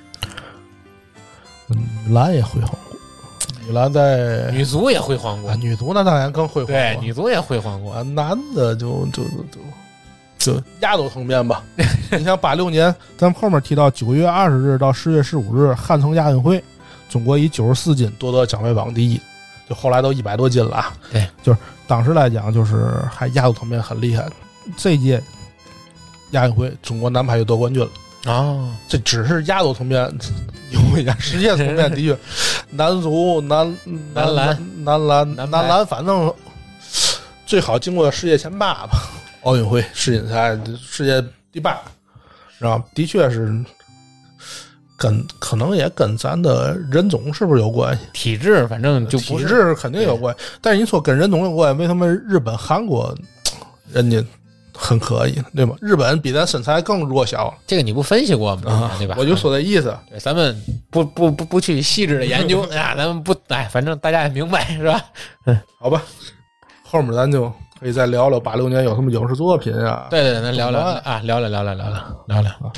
女篮也辉煌过。女篮在女足也辉煌过、 啊，女足那当然更辉煌过。 对，女足也辉煌过。 啊，男的就就就就就亚洲层面吧。你像八六年，咱们后面提到九月二十日到十月十五日汉城亚运会， 中国以九十四斤夺得奖杯榜第一，就后来都一百多斤了。 对， 就是当时来讲，就是还亚洲层面很厉害。这一届亚运会，中国男排就夺冠军了。 哦， 这只是亚洲层面有一下，世界层面的确，男足、男男篮、 男篮、男篮，反正最好经过世界前八吧。奥运会、世锦赛、世界第八，是吧？的确是跟可能也跟咱的人种是不是有关系？ 体质反正就不是体质肯定有关系，但是你说跟人种有关系，为什么日本、韩国人家很可以，对吗？日本比咱身材更弱小， 这个你不分析过吗？ 啊、 对吧？ 我就说这意思。 对，咱们不不不不去细致的研究啊，咱们不哎，反正大家也明白是吧？ 嗯，好吧，后面咱就可以再聊聊八六年有什么影视作品啊？ 对对对，咱聊聊啊，聊聊聊聊聊聊聊聊啊。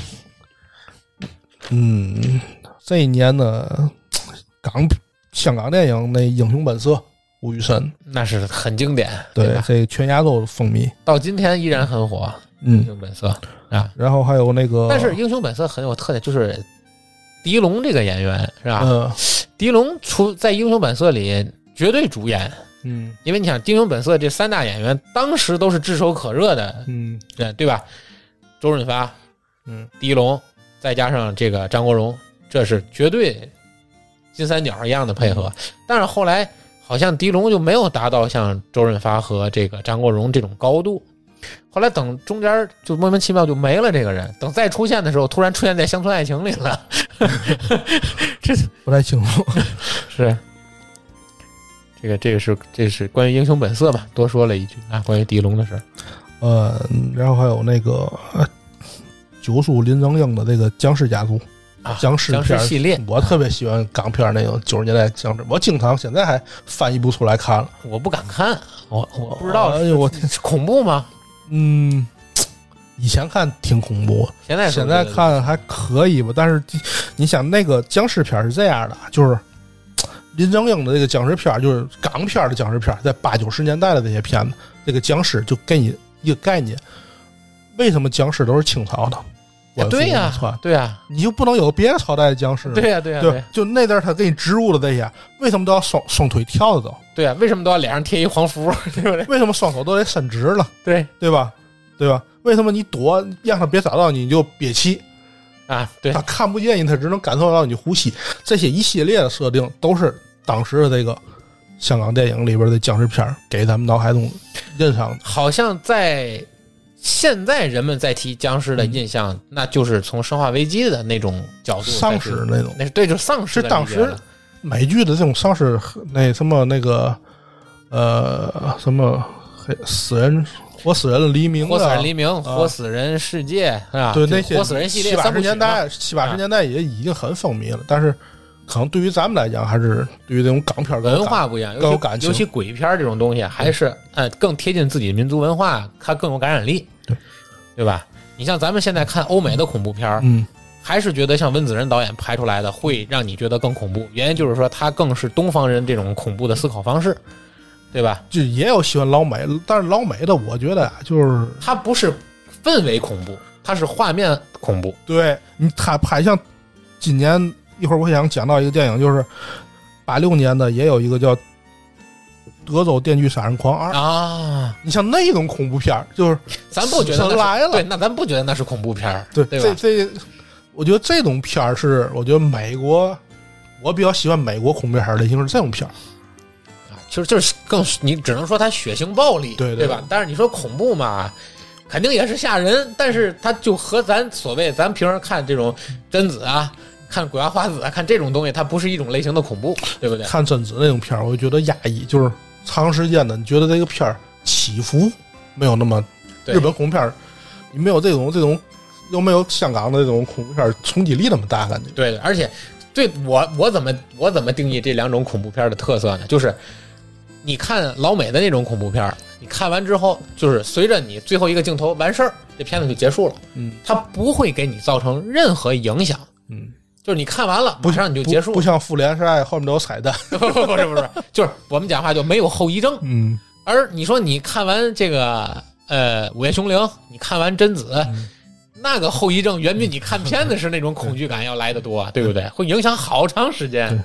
嗯，这一年呢，港香港电影那《英雄本色》。吴宇森那是很经典， 对， 对这全亚洲风靡， 到今天依然很火。 嗯， 英雄本色啊， 然后还有那个， 但是英雄本色很有特点，就是狄龙这个演员是吧？ 嗯， 狄龙出在英雄本色里绝对主演， 嗯， 因为你想，英雄本色这三大演员当时都是炙手可热的， 嗯， 对对吧？周润发， 嗯， 狄龙，再加上这个张国荣，这是绝对金三角一样的配合。嗯、但是后来。好像狄龙就没有达到像周润发和这个张国荣这种高度，后来等中间就莫名其妙就没了这个人，等再出现的时候，突然出现在《乡村爱情》里了，这不太清楚。 是这个这个是这是关于英雄本色吧？多说了一句啊，关于狄龙的事。 呃，然后还有那个九叔林正英的这个僵尸家族。 啊、 僵尸片系列， 我特别喜欢港片那种九十年代僵尸，我经常现在还翻一部出来看了。 我不敢看，我我不知道， 哎呦我恐怖吗？ 嗯，以前看挺恐怖， 现在现在看还可以吧。但是你想那个僵尸片是这样的，就是林正英的这个僵尸片，就是港片的僵尸片，在八九十年代的这些片子，这个僵尸就给你一个概念：为什么僵尸都是清朝的？ 对呀、啊，对呀、啊， 你就不能有别的朝代的僵尸？ 对呀、啊，对呀、啊， 对，就那阵他给你植入的这些，为什么都要双双腿跳着走？ 对呀、啊，为什么都要脸上贴一黄符？对不对？ 为什么双手都得伸直了？ 对， 对吧？对吧？为什么你躲让他别找到你，你就憋气啊？对， 他看不见你，他只能感受到你呼吸。这些一系列的设定都是当时的这个香港电影里边的僵尸片给咱们脑海中印象的。 好像在。现在人们在提僵尸的印象，嗯、那就是从《生化危机》的那种角度， 丧尸那种， 那是对，就是丧尸。 是当时美剧的这种丧尸，那什么那个呃什么死人活死人黎明、 活死人黎明、啊、活死人世界是吧？ 对，那些活死人系列， 七八十年代七八十年代也已经很风靡了，但是。可能对于咱们来讲，还是对于这种港片文化不一样， 更有感情。 尤其鬼片这种东西，还是呃更贴近自己民族文化，它更有感染力， 对对吧？你像咱们现在看欧美的恐怖片， 嗯， 还是觉得像温子仁导演拍出来的会让你觉得更恐怖。原因就是说，它更是东方人这种恐怖的思考方式，对吧？ 就也有喜欢老美，但是老美的我觉得啊，就是它不是氛围恐怖，它是画面恐怖。 对你，他拍像今年。一会儿我想讲到一个电影，就是八六年的，也有一个叫《德州电锯杀人狂二》 啊。 你像那种恐怖片，就是咱不觉得来了， 对，那咱不觉得那是恐怖片， 对对吧？ 这这，我觉得这种片是，我觉得美国，我比较喜欢美国恐怖片类型是这种片啊，其实就是更，你只能说它血腥暴力， 对对, 对吧？但是你说恐怖嘛。肯定也是吓人，但是它就和咱所谓咱平时看这种贞子啊。看鬼娃花子啊，看这种东西，它不是一种类型的恐怖，对不对？ 看贞子那种片儿，我就觉得压抑，就是长时间的，你觉得这个片儿起伏没有那么日本恐怖片儿，你没有这种这种，又没有香港的这种恐怖片儿冲击力那么大感觉。 对，而且对我我怎么我怎么定义这两种恐怖片的特色呢？就是你看老美的那种恐怖片，你看完之后，就是随着你最后一个镜头完事儿，这片子就结束了， 嗯， 它不会给你造成任何影响， 嗯。 就是你看完了，马上你就结束了， 不像复联赛后面都有彩蛋， 不不不是不是，就是我们讲话就没有后遗症。 嗯， 而你说你看完这个呃《午夜凶铃》，你看完贞子， 嗯、 那个后遗症远比你看片子时那种恐惧感要来得多，对不对？会影响好长时间。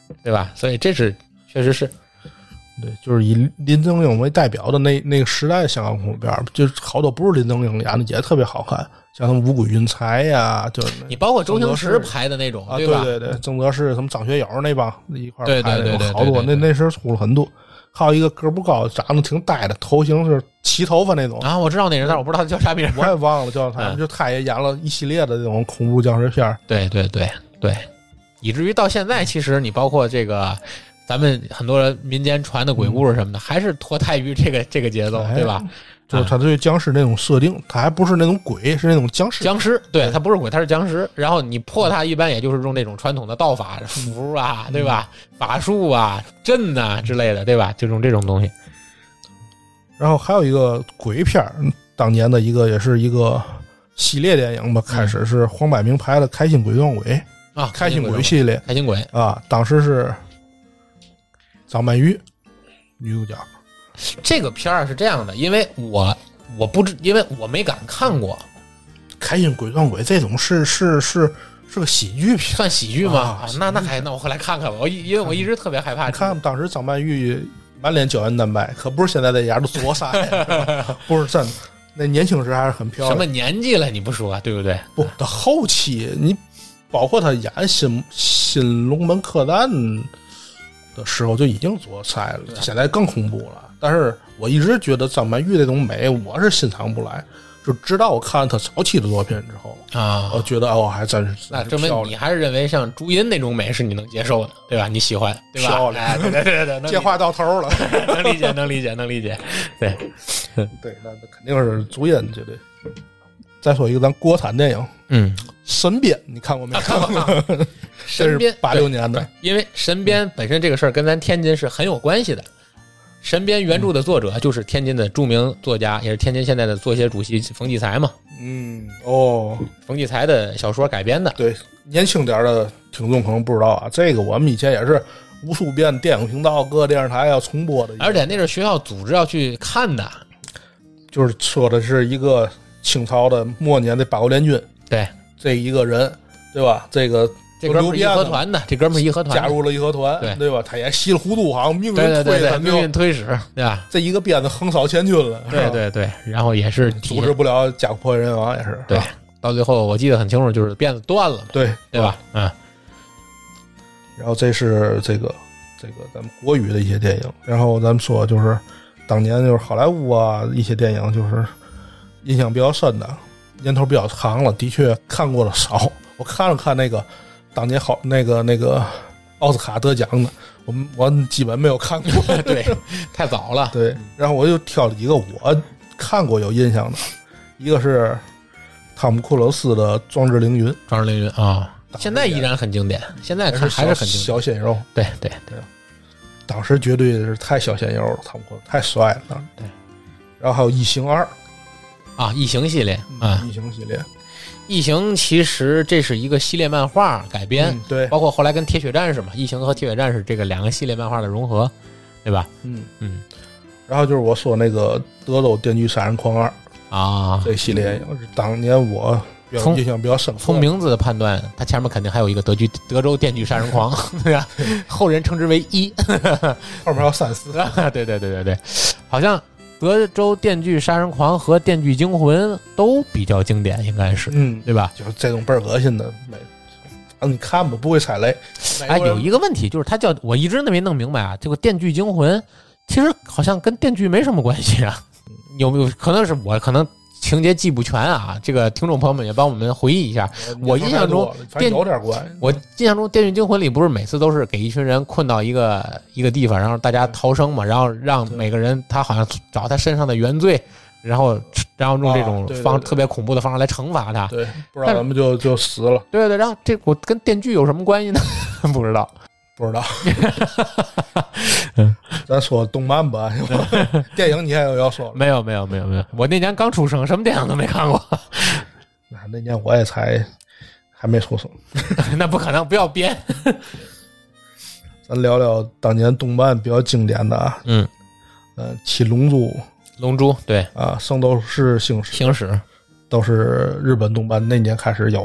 对吧？所以这是确实是。 对，就是以林正英为代表的那那个时代的香港恐怖片，就是好多不是林正英演的，也特别好看，像什么五鬼云才呀，就你包括周星驰拍的那种， 啊， 对吧？ 对对对，郑则仕、什么张学友那帮一块拍的， 对对对对， 好多，那那时候出了很多。还有一个个不高，长得挺呆的，头型是齐头发那种啊，我知道那人，但是我不知道他叫啥名， 我也忘了叫他，嗯、就他也演了一系列的这种恐怖僵尸片。 对对对对，以至于到现在，其实你包括这个。咱们很多人民间传的鬼故事什么的，嗯、还是脱胎于这个这个节奏， 哎、 对吧？ 就是他对僵尸那种设定，他还不是那种鬼，是那种僵尸。 僵尸，对，他不是鬼，他是僵尸。然后你破他，一般也就是用那种传统的道法符啊，对吧？嗯、法术啊、阵啊之类的，对吧？就用这种东西。 然后还有一个鬼片，当年的一个也是一个系列电影吧，开始是黄百鸣拍的《开心鬼撞鬼》 啊， 开心鬼系列， 开心鬼啊，当时是。张曼玉女主角， 这个片儿是这样的，因为我我不知，因为我没敢看过 《开心鬼撞鬼》这种是是是是个喜剧片， 算喜剧吗？ 啊啊、那那还那我后来看看吧，我因为我一直特别害怕。 你看当时张曼玉满脸胶原蛋白，可不是现在这样的左腮，不是真的。那年轻时还是很漂亮。 什么年纪了你不说，对不对？ 不，到后期你包括他演新新龙门客栈的时候就已经做菜了，现在更恐怖了。但是我一直觉得张曼玉这种美，我是欣赏不来。就直到我看了她早期的作品之后啊， 我觉得哦，还真是。 那证明你还是认为像朱茵那种美是你能接受的，对吧？你喜欢，对吧？ 漂亮， 哎、对对对对， 接话到头了， 能理解，能理解，能理解。对， 对，那肯定是朱茵，绝对。再说一个咱国产电影， 嗯， 神鞭，你看过没有？ 看过，看过。神鞭八六年的， 因为神鞭本身这个事儿跟咱天津是很有关系的。神鞭原著的作者就是天津的著名作家，也是天津现在的作协主席冯骥才嘛。 嗯，哦， 冯骥才的小说改编的。 对，年轻点的听众可能不知道啊，这个我们以前也是无数遍电影频道、各个电视台要重播的， 而且那是学校组织要去看的。 就是说的是一个清朝的末年的八国联军， 对， 这一个人，对吧？这个。 这哥们儿义和团的，这哥们儿义和团加入了义和团， 对对吧？他也稀里糊涂，好像命运推对对对命运推使，对吧？ 这一个鞭子横扫千军了， 对对对，然后也是阻止不了家破人亡，也是对。到最后我记得很清楚，就是鞭子断了嘛， 对对吧？嗯。 然后这是这个这个咱们国语的一些电影，然后咱们说就是当年就是好莱坞啊一些电影，就是印象比较深的，年头比较长了，的确看过了少。我看了看那个。当年好那个那个奥斯卡得奖的，我们我基本没有看过， 对，太早了。 对，然后我就挑了几个我看过有印象的，一个是汤姆·库洛斯的《壮志凌云》， 壮志凌云啊，现在依然很经典，现在看还是很经典， 小鲜肉， 对对对， 当时绝对是太小鲜肉了，汤姆·库洛斯太帅了， 对。 然后还有《异形二》 啊，《异形》系列啊， 《异形》系列。 异形其实这是一个系列漫画改编、 嗯，对， 包括后来跟铁血战士嘛，异形和铁血战士这个两个系列漫画的融合，对吧？ 嗯嗯。 然后就是我说那个德州电锯杀人狂二啊， 这系列是当年我印象比较深刻。 从名字的判断，它前面肯定还有一个德锯德州电锯杀人狂，对吧？后人称之为一， 后面还有三四。 对对对对对，好像。德州电锯杀人狂和电锯惊魂都比较经典，应该是， 嗯， 对吧？ 就是这种倍儿恶心的美，啊，你看吧，不会踩雷。 哎，有一个问题就是，它叫我一直没弄明白啊，这个电锯惊魂其实好像跟电锯没什么关系啊，有没有可能是我可能情节记不全啊？这个听众朋友们也帮我们回忆一下。我印象中电有点关， 我印象中《电锯惊魂》里不是每次都是给一群人困到一个一个地方，然后大家逃生嘛，然后让每个人他好像找他身上的原罪，然后然后用这种方、啊、特别恐怖的方式来惩罚他。 对，不知道咱们就就死了。 对对，然后这我跟电锯有什么关系呢？不知道。 不知道，咱说动漫吧，电影你还有要说？ 没有没有没有没有，我那年刚出生，什么电影都没看过。 那那年我也才还没出生， 那不可能，不要编。 咱聊聊当年动漫比较经典的啊， 嗯， 呃，七龙珠， 龙珠对啊，圣斗士星矢， 星矢都是日本动漫那年开始有的。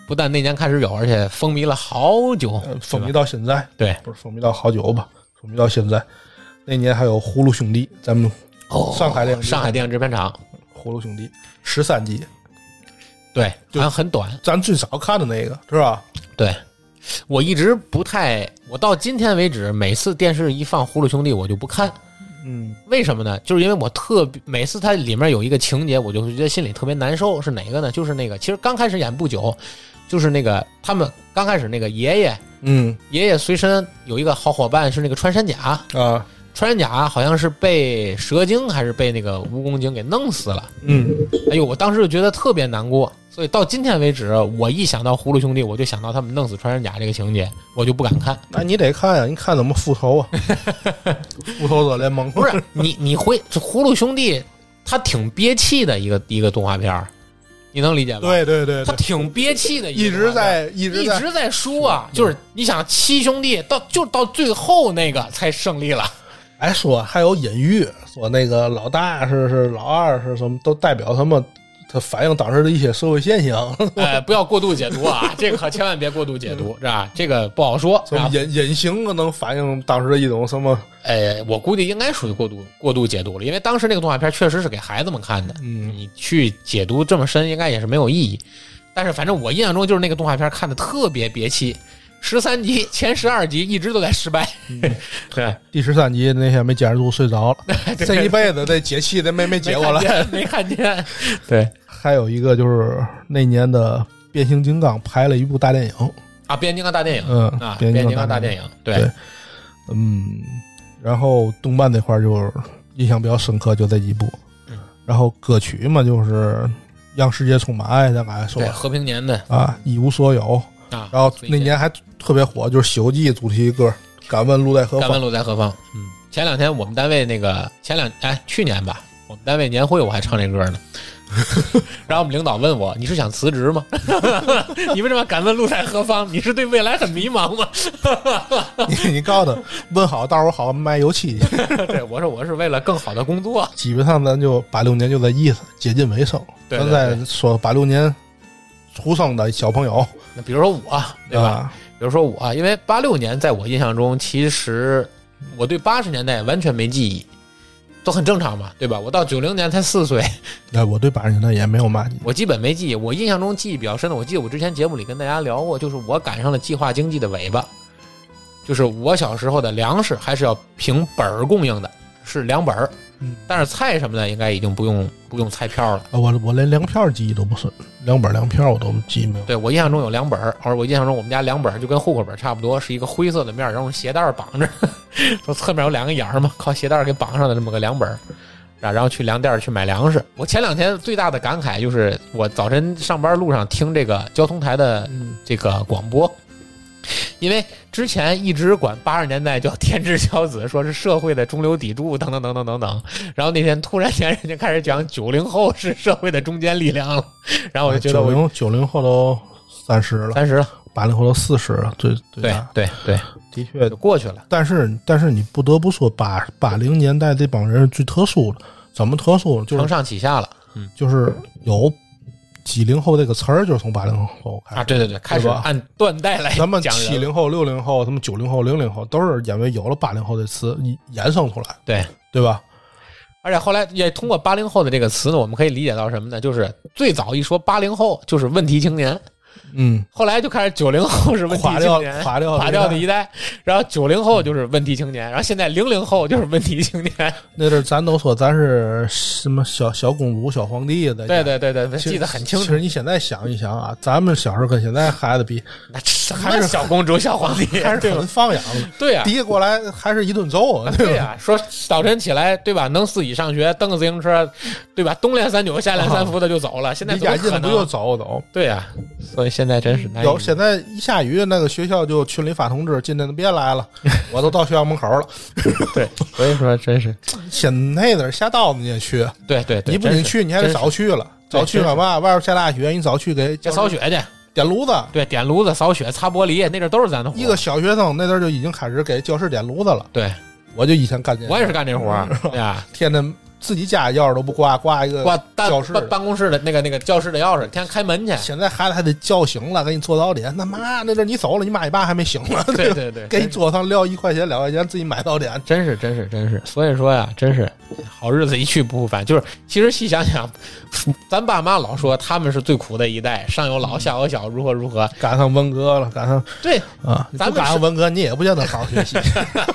不但那年开始有，而且风靡了好久， 呃、风靡到现在。 对， 不是风靡到好久吧？风靡到现在。那年还有葫芦兄弟，咱们上海电影、 哦、上海电影制片厂， 葫芦兄弟十三集， 对，好像很短。 咱最早看的那个是吧？ 对，我一直不太，我到今天为止，每次电视一放葫芦兄弟，我就不看。 嗯， 为什么呢？就是因为我特别每次它里面有一个情节，我就觉得心里特别难受。是哪个呢？就是那个，其实刚开始演不久，就是那个他们刚开始那个爷爷， 嗯， 爷爷随身有一个好伙伴是那个穿山甲啊。 穿山甲好像是被蛇精还是被那个蜈蚣精给弄死了。 嗯， 哎呦，我当时就觉得特别难过，所以到今天为止，我一想到葫芦兄弟，我就想到他们弄死穿山甲这个情节，我就不敢看。 那你得看呀、啊，你看怎么复仇啊？复仇者联盟不是你，你会这葫芦兄弟，他挺憋气的一个一个动画片，你能理解吧？ 对对 对, 对， 他挺憋气的一一直在一直在一直在输啊，就是你想七兄弟到就到最后那个才胜利了。 哎，说还有隐喻，说那个老大是是老二是什么，都代表什么？它反映当时的一些社会现象。 哎，不要过度解读啊，这个可千万别过度解读，是吧？这个不好说。 什么隐隐形能反映当时的一种什么？ 哎，我估计应该属于过度过度解读了，因为当时那个动画片确实是给孩子们看的， 嗯， 你去解读这么深，应该也是没有意义。但是反正我印象中就是那个动画片看的特别憋气。十三集前十二集一直都在失败， 嗯、对，第十三集那天没坚持住睡着了，这一辈子这解气的没没解过来， 没看见。对， 还有一个就是那年的变形金刚拍了一部大电影啊，变形金刚大电影， 嗯啊， 变形金刚大电影，对， 对嗯，然后动漫这块就是印象比较深刻，就这几部， 嗯， 然后歌曲嘛就是让世界充满爱，咱刚才说对和平年的啊，一无所有。 啊、 然后那年还特别火，就是《西游记》主题歌《敢问路在何方》。 敢问路在何方？嗯，前两天我们单位那个前两哎去年吧，我们单位年会我还唱这歌呢。然后我们领导问我：“你是想辞职吗？你为什么敢问路在何方？你是对未来很迷茫吗？” 你你告诉他问好，到时候好卖油漆去。 对，我说我是为了更好的工作。 基本上咱就八六年就这意思，接近尾声。 对对对， 咱再说八六年出生的小朋友， 那比如说我，对吧？ 啊、 比如说我，因为八六年在我印象中，其实我对八十年代完全没记忆，都很正常嘛，对吧？我到九零年才四岁， 哎，我对八十年代也没有嘛记忆， 我基本没记忆。我印象中记忆比较深的，我记得我之前节目里跟大家聊过，就是我赶上了计划经济的尾巴，就是我小时候的粮食还是要凭本儿供应的，是粮本儿。 嗯， 但是菜什么的应该已经不用不用菜票了。 啊、我我连粮票记忆都不深，粮本粮票我都记忆没有。 对，我印象中有粮本，而我印象中我们家粮本就跟户口本差不多，是一个灰色的面，然后用鞋带绑着，说侧面有两个眼儿嘛，靠鞋带给绑上的这么个粮本。然后去粮店去买粮食。我前两天最大的感慨就是，我早晨上班路上听这个交通台的这个广播。因为之前一直管八十年代叫天之骄子，说是社会的中流砥柱等等等等等等，然后那天突然间人家开始讲九零后是社会的中坚力量了，然后我就觉得我九零后都三十了， 三十了， 八零后都四十了，对对对对， 的确就过去了。 但是但是你不得不说，八八零年代这帮人是最特殊的，怎么特殊？就是承上启下了，嗯， 就是有。几零后这个词儿就是从八零后开始啊，对对对，开始按断代来讲。 咱们七零后、六零后、他们九零后、零零后都是因为有了八零后的词衍生出来， 对对吧？ 而且后来也通过八零后的这个词呢，我们可以理解到什么呢？就是最早一说八零后就是问题青年。 嗯， 后来就开始九零后是问题青年， 垮掉垮掉的一代，然后九零后就是问题青年，然后现在零零后就是问题青年。 那阵咱都说咱是什么小小公主、小皇帝的， 对对对对，记得很清楚。 其实你现在想一想啊，咱们小时候跟现在孩子比， 那什么小公主、小皇帝， 还是很放养的。 对呀、啊， 第一过来还是一顿揍啊！ 对呀、啊，说早晨起来对吧，能自己上学，蹬个自行车，对吧？冬练三九，夏练三伏的就走了。 啊、 现在离家近不就走走？ 对呀、啊，所以现在真是难以。 有现在一下雨，那个学校就群里发通知，今天别来了，我都到学校门口了。 对，所以说真是现在的下刀子你也去， 对对对， 你不仅去，你还得早去了，早去干嘛？外边下大雪，你早去给扫雪去， 点炉子。 对，点炉子、扫雪、擦玻璃，那阵都是咱的活。 一个小学生那阵就已经开始给教室点炉子了。 对， 我就以前干这， 我也是干这活儿。对呀， 天天自己家钥匙都不挂，挂一个挂教室办办公室的那个那个教室的钥匙，天天开门去。 现在孩子还得叫醒了，给你做早点。那妈，那阵你走了，你妈你爸还没醒呢。 对对对， 给你桌上撂一块钱两块钱，自己买早点。 真是真是真是，所以说呀，真是好日子一去不复返。就是其实细想想，咱爸妈老说他们是最苦的一代，上有老下有小，如何如何。 赶上文革了，赶上对啊，咱们赶上文革，你也不见得好好学习。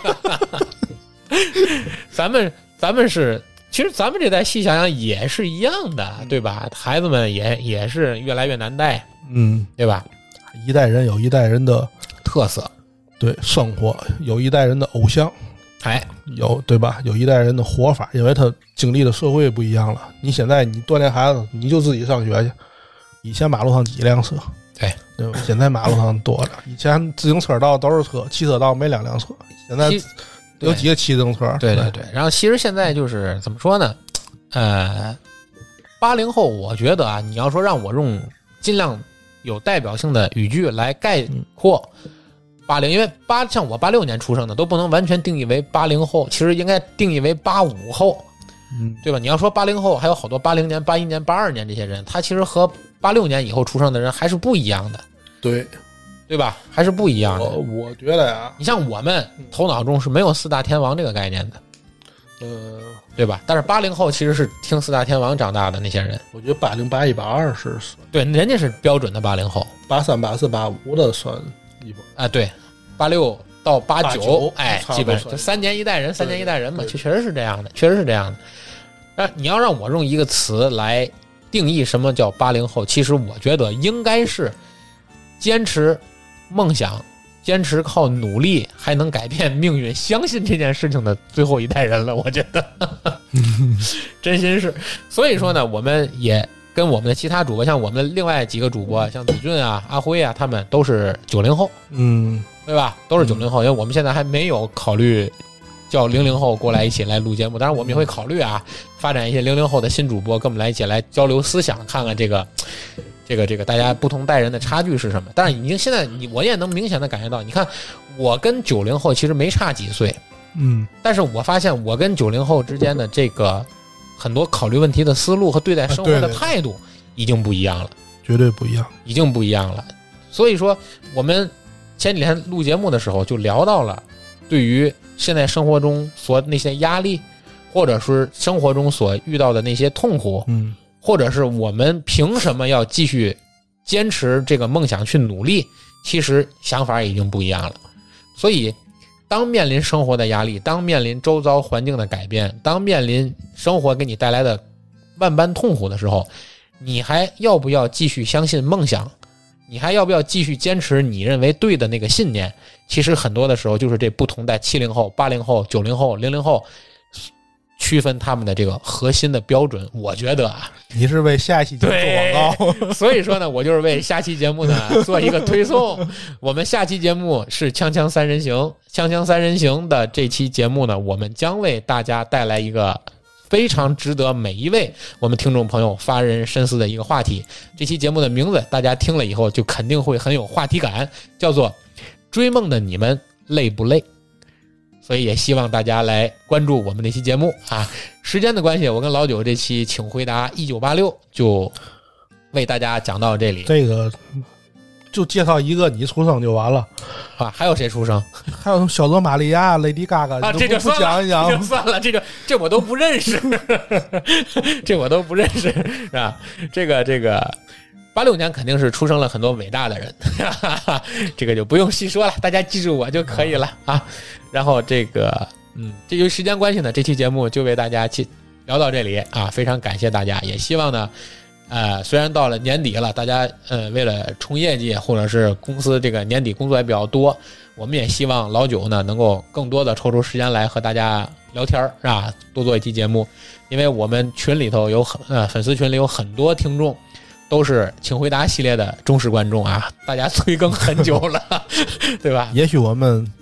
咱们咱们是，其实咱们这代细想想也是一样的，对吧？孩子们也也是越来越难带， 嗯， 对吧？ 一代人有一代人的特色， 对生活，有一代人的偶像， 哎， 有对吧？有一代人的活法，因为他经历的社会不一样了。你现在你锻炼孩子，你就自己上学去。以前马路上几辆车， 对对吧？现在马路上多了。以前自行车道都是车，汽车道没两辆车。现在有几个骑自行车？ 对对对。然后其实现在就是怎么说呢？呃，八零后，我觉得啊，你要说让我用尽量有代表性的语句来概括八零，因为八像我八六年出生的，都不能完全定义为八零后，其实应该定义为八五后。 嗯， 对吧？你要说八零后，还有好多八零年、八一年、八二年这些人，他其实和八六年以后出生的人还是不一样的， 对， 对吧？还是不一样的。 我我觉得呀， 你像我们头脑中是没有四大天王这个概念的， 呃， 对吧？但是八零后其实是听四大天王长大的那些人。 我觉得八零、八一、八二是对，人家是标准的八零后， 八三、八四、八五的算一波啊，对，八六到八九，哎，基本就三年一代人，三年一代人嘛，确实是这样的，确实是这样的。那你要让我用一个词来定义什么叫八零后，其实我觉得应该是坚持梦想、坚持靠努力还能改变命运、相信这件事情的最后一代人了。我觉得，真心是。所以说呢，我们也跟我们的其他主播，像我们另外几个主播，像子俊啊、阿辉啊，他们都是九零后， 嗯， 对吧？都是九零后，因为我们现在还没有考虑叫零零后过来一起来录节目，当然我们也会考虑啊，发展一些零零后的新主播，跟我们来一起来交流思想，看看这个这个这个大家不同代人的差距是什么。但是已经现在你我也能明显的感觉到，你看我跟九零后其实没差几岁， 嗯， 但是我发现我跟九零后之间的这个很多考虑问题的思路和对待生活的态度已经不一样了， 绝对不一样， 已经不一样了。所以说我们前几天录节目的时候就聊到了对于现在生活中所那些压力，或者是生活中所遇到的那些痛苦， 嗯， 或者是我们凭什么要继续坚持这个梦想去努力，其实想法已经不一样了。所以当面临生活的压力，当面临周遭环境的改变，当面临生活给你带来的万般痛苦的时候，你还要不要继续相信梦想？你还要不要继续坚持你认为对的那个信念？其实很多的时候就是这不同的七零后、八零后、九零后、零零后区分他们的这个核心的标准。我觉得啊， 你是为下一期节目做广告，所以说呢，我就是为下期节目呢做一个推送。我们下期节目是《锵锵三人行》，《锵锵三人行》的这期节目呢，我们将为大家带来一个非常值得每一位我们听众朋友发人深思的一个话题。这期节目的名字大家听了以后就肯定会很有话题感，叫做追梦的你们累不累？所以也希望大家来关注我们这期节目啊。时间的关系，我跟老九这期请回答一九八六就为大家讲到这里。 这个就介绍一个，你出生就完了啊？还有谁出生？ 还有小泽玛利亚、Lady Gaga 啊，这就不讲一讲， 这就算了，这就这我都不认识，这我都不认识，是吧？这个这个。八六年肯定是出生了很多伟大的人，哈哈，这个就不用细说了，大家记住我就可以了啊。然后这个，嗯，这由于时间关系呢，这期节目就为大家去聊到这里啊，非常感谢大家，也希望呢，呃，虽然到了年底了，大家呃为了冲业绩或者是公司这个年底工作也比较多，我们也希望老九呢能够更多的抽出时间来和大家聊天是吧？多做一期节目，因为我们群里头有很呃粉丝群里有很多听众。都是请回答系列的忠实观众啊，大家催更很久了，对吧？ 也许我们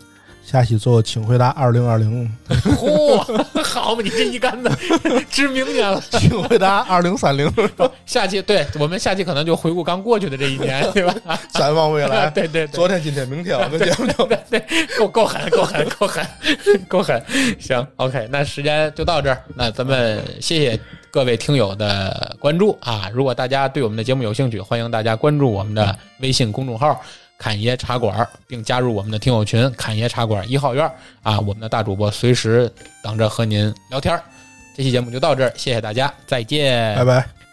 下期做请回答二零二零。 嚯，好嘛，你这一竿子知明年了。 请回答二零三零。 下期对我们下期可能就回顾刚过去的这一年，对吧？ 展望未来。 对对对， 昨天、今天、明天，我们节目就对对对，够够狠，够狠，够狠，够狠。行 ，OK， 那时间就到这儿。那咱们谢谢各位听友的关注啊！如果大家对我们的节目有兴趣，欢迎大家关注我们的微信公众号侃爷茶馆，并加入我们的听友群侃爷茶馆一号院啊！我们的大主播随时等着和您聊天。这期节目就到这儿，谢谢大家，再见， 拜拜。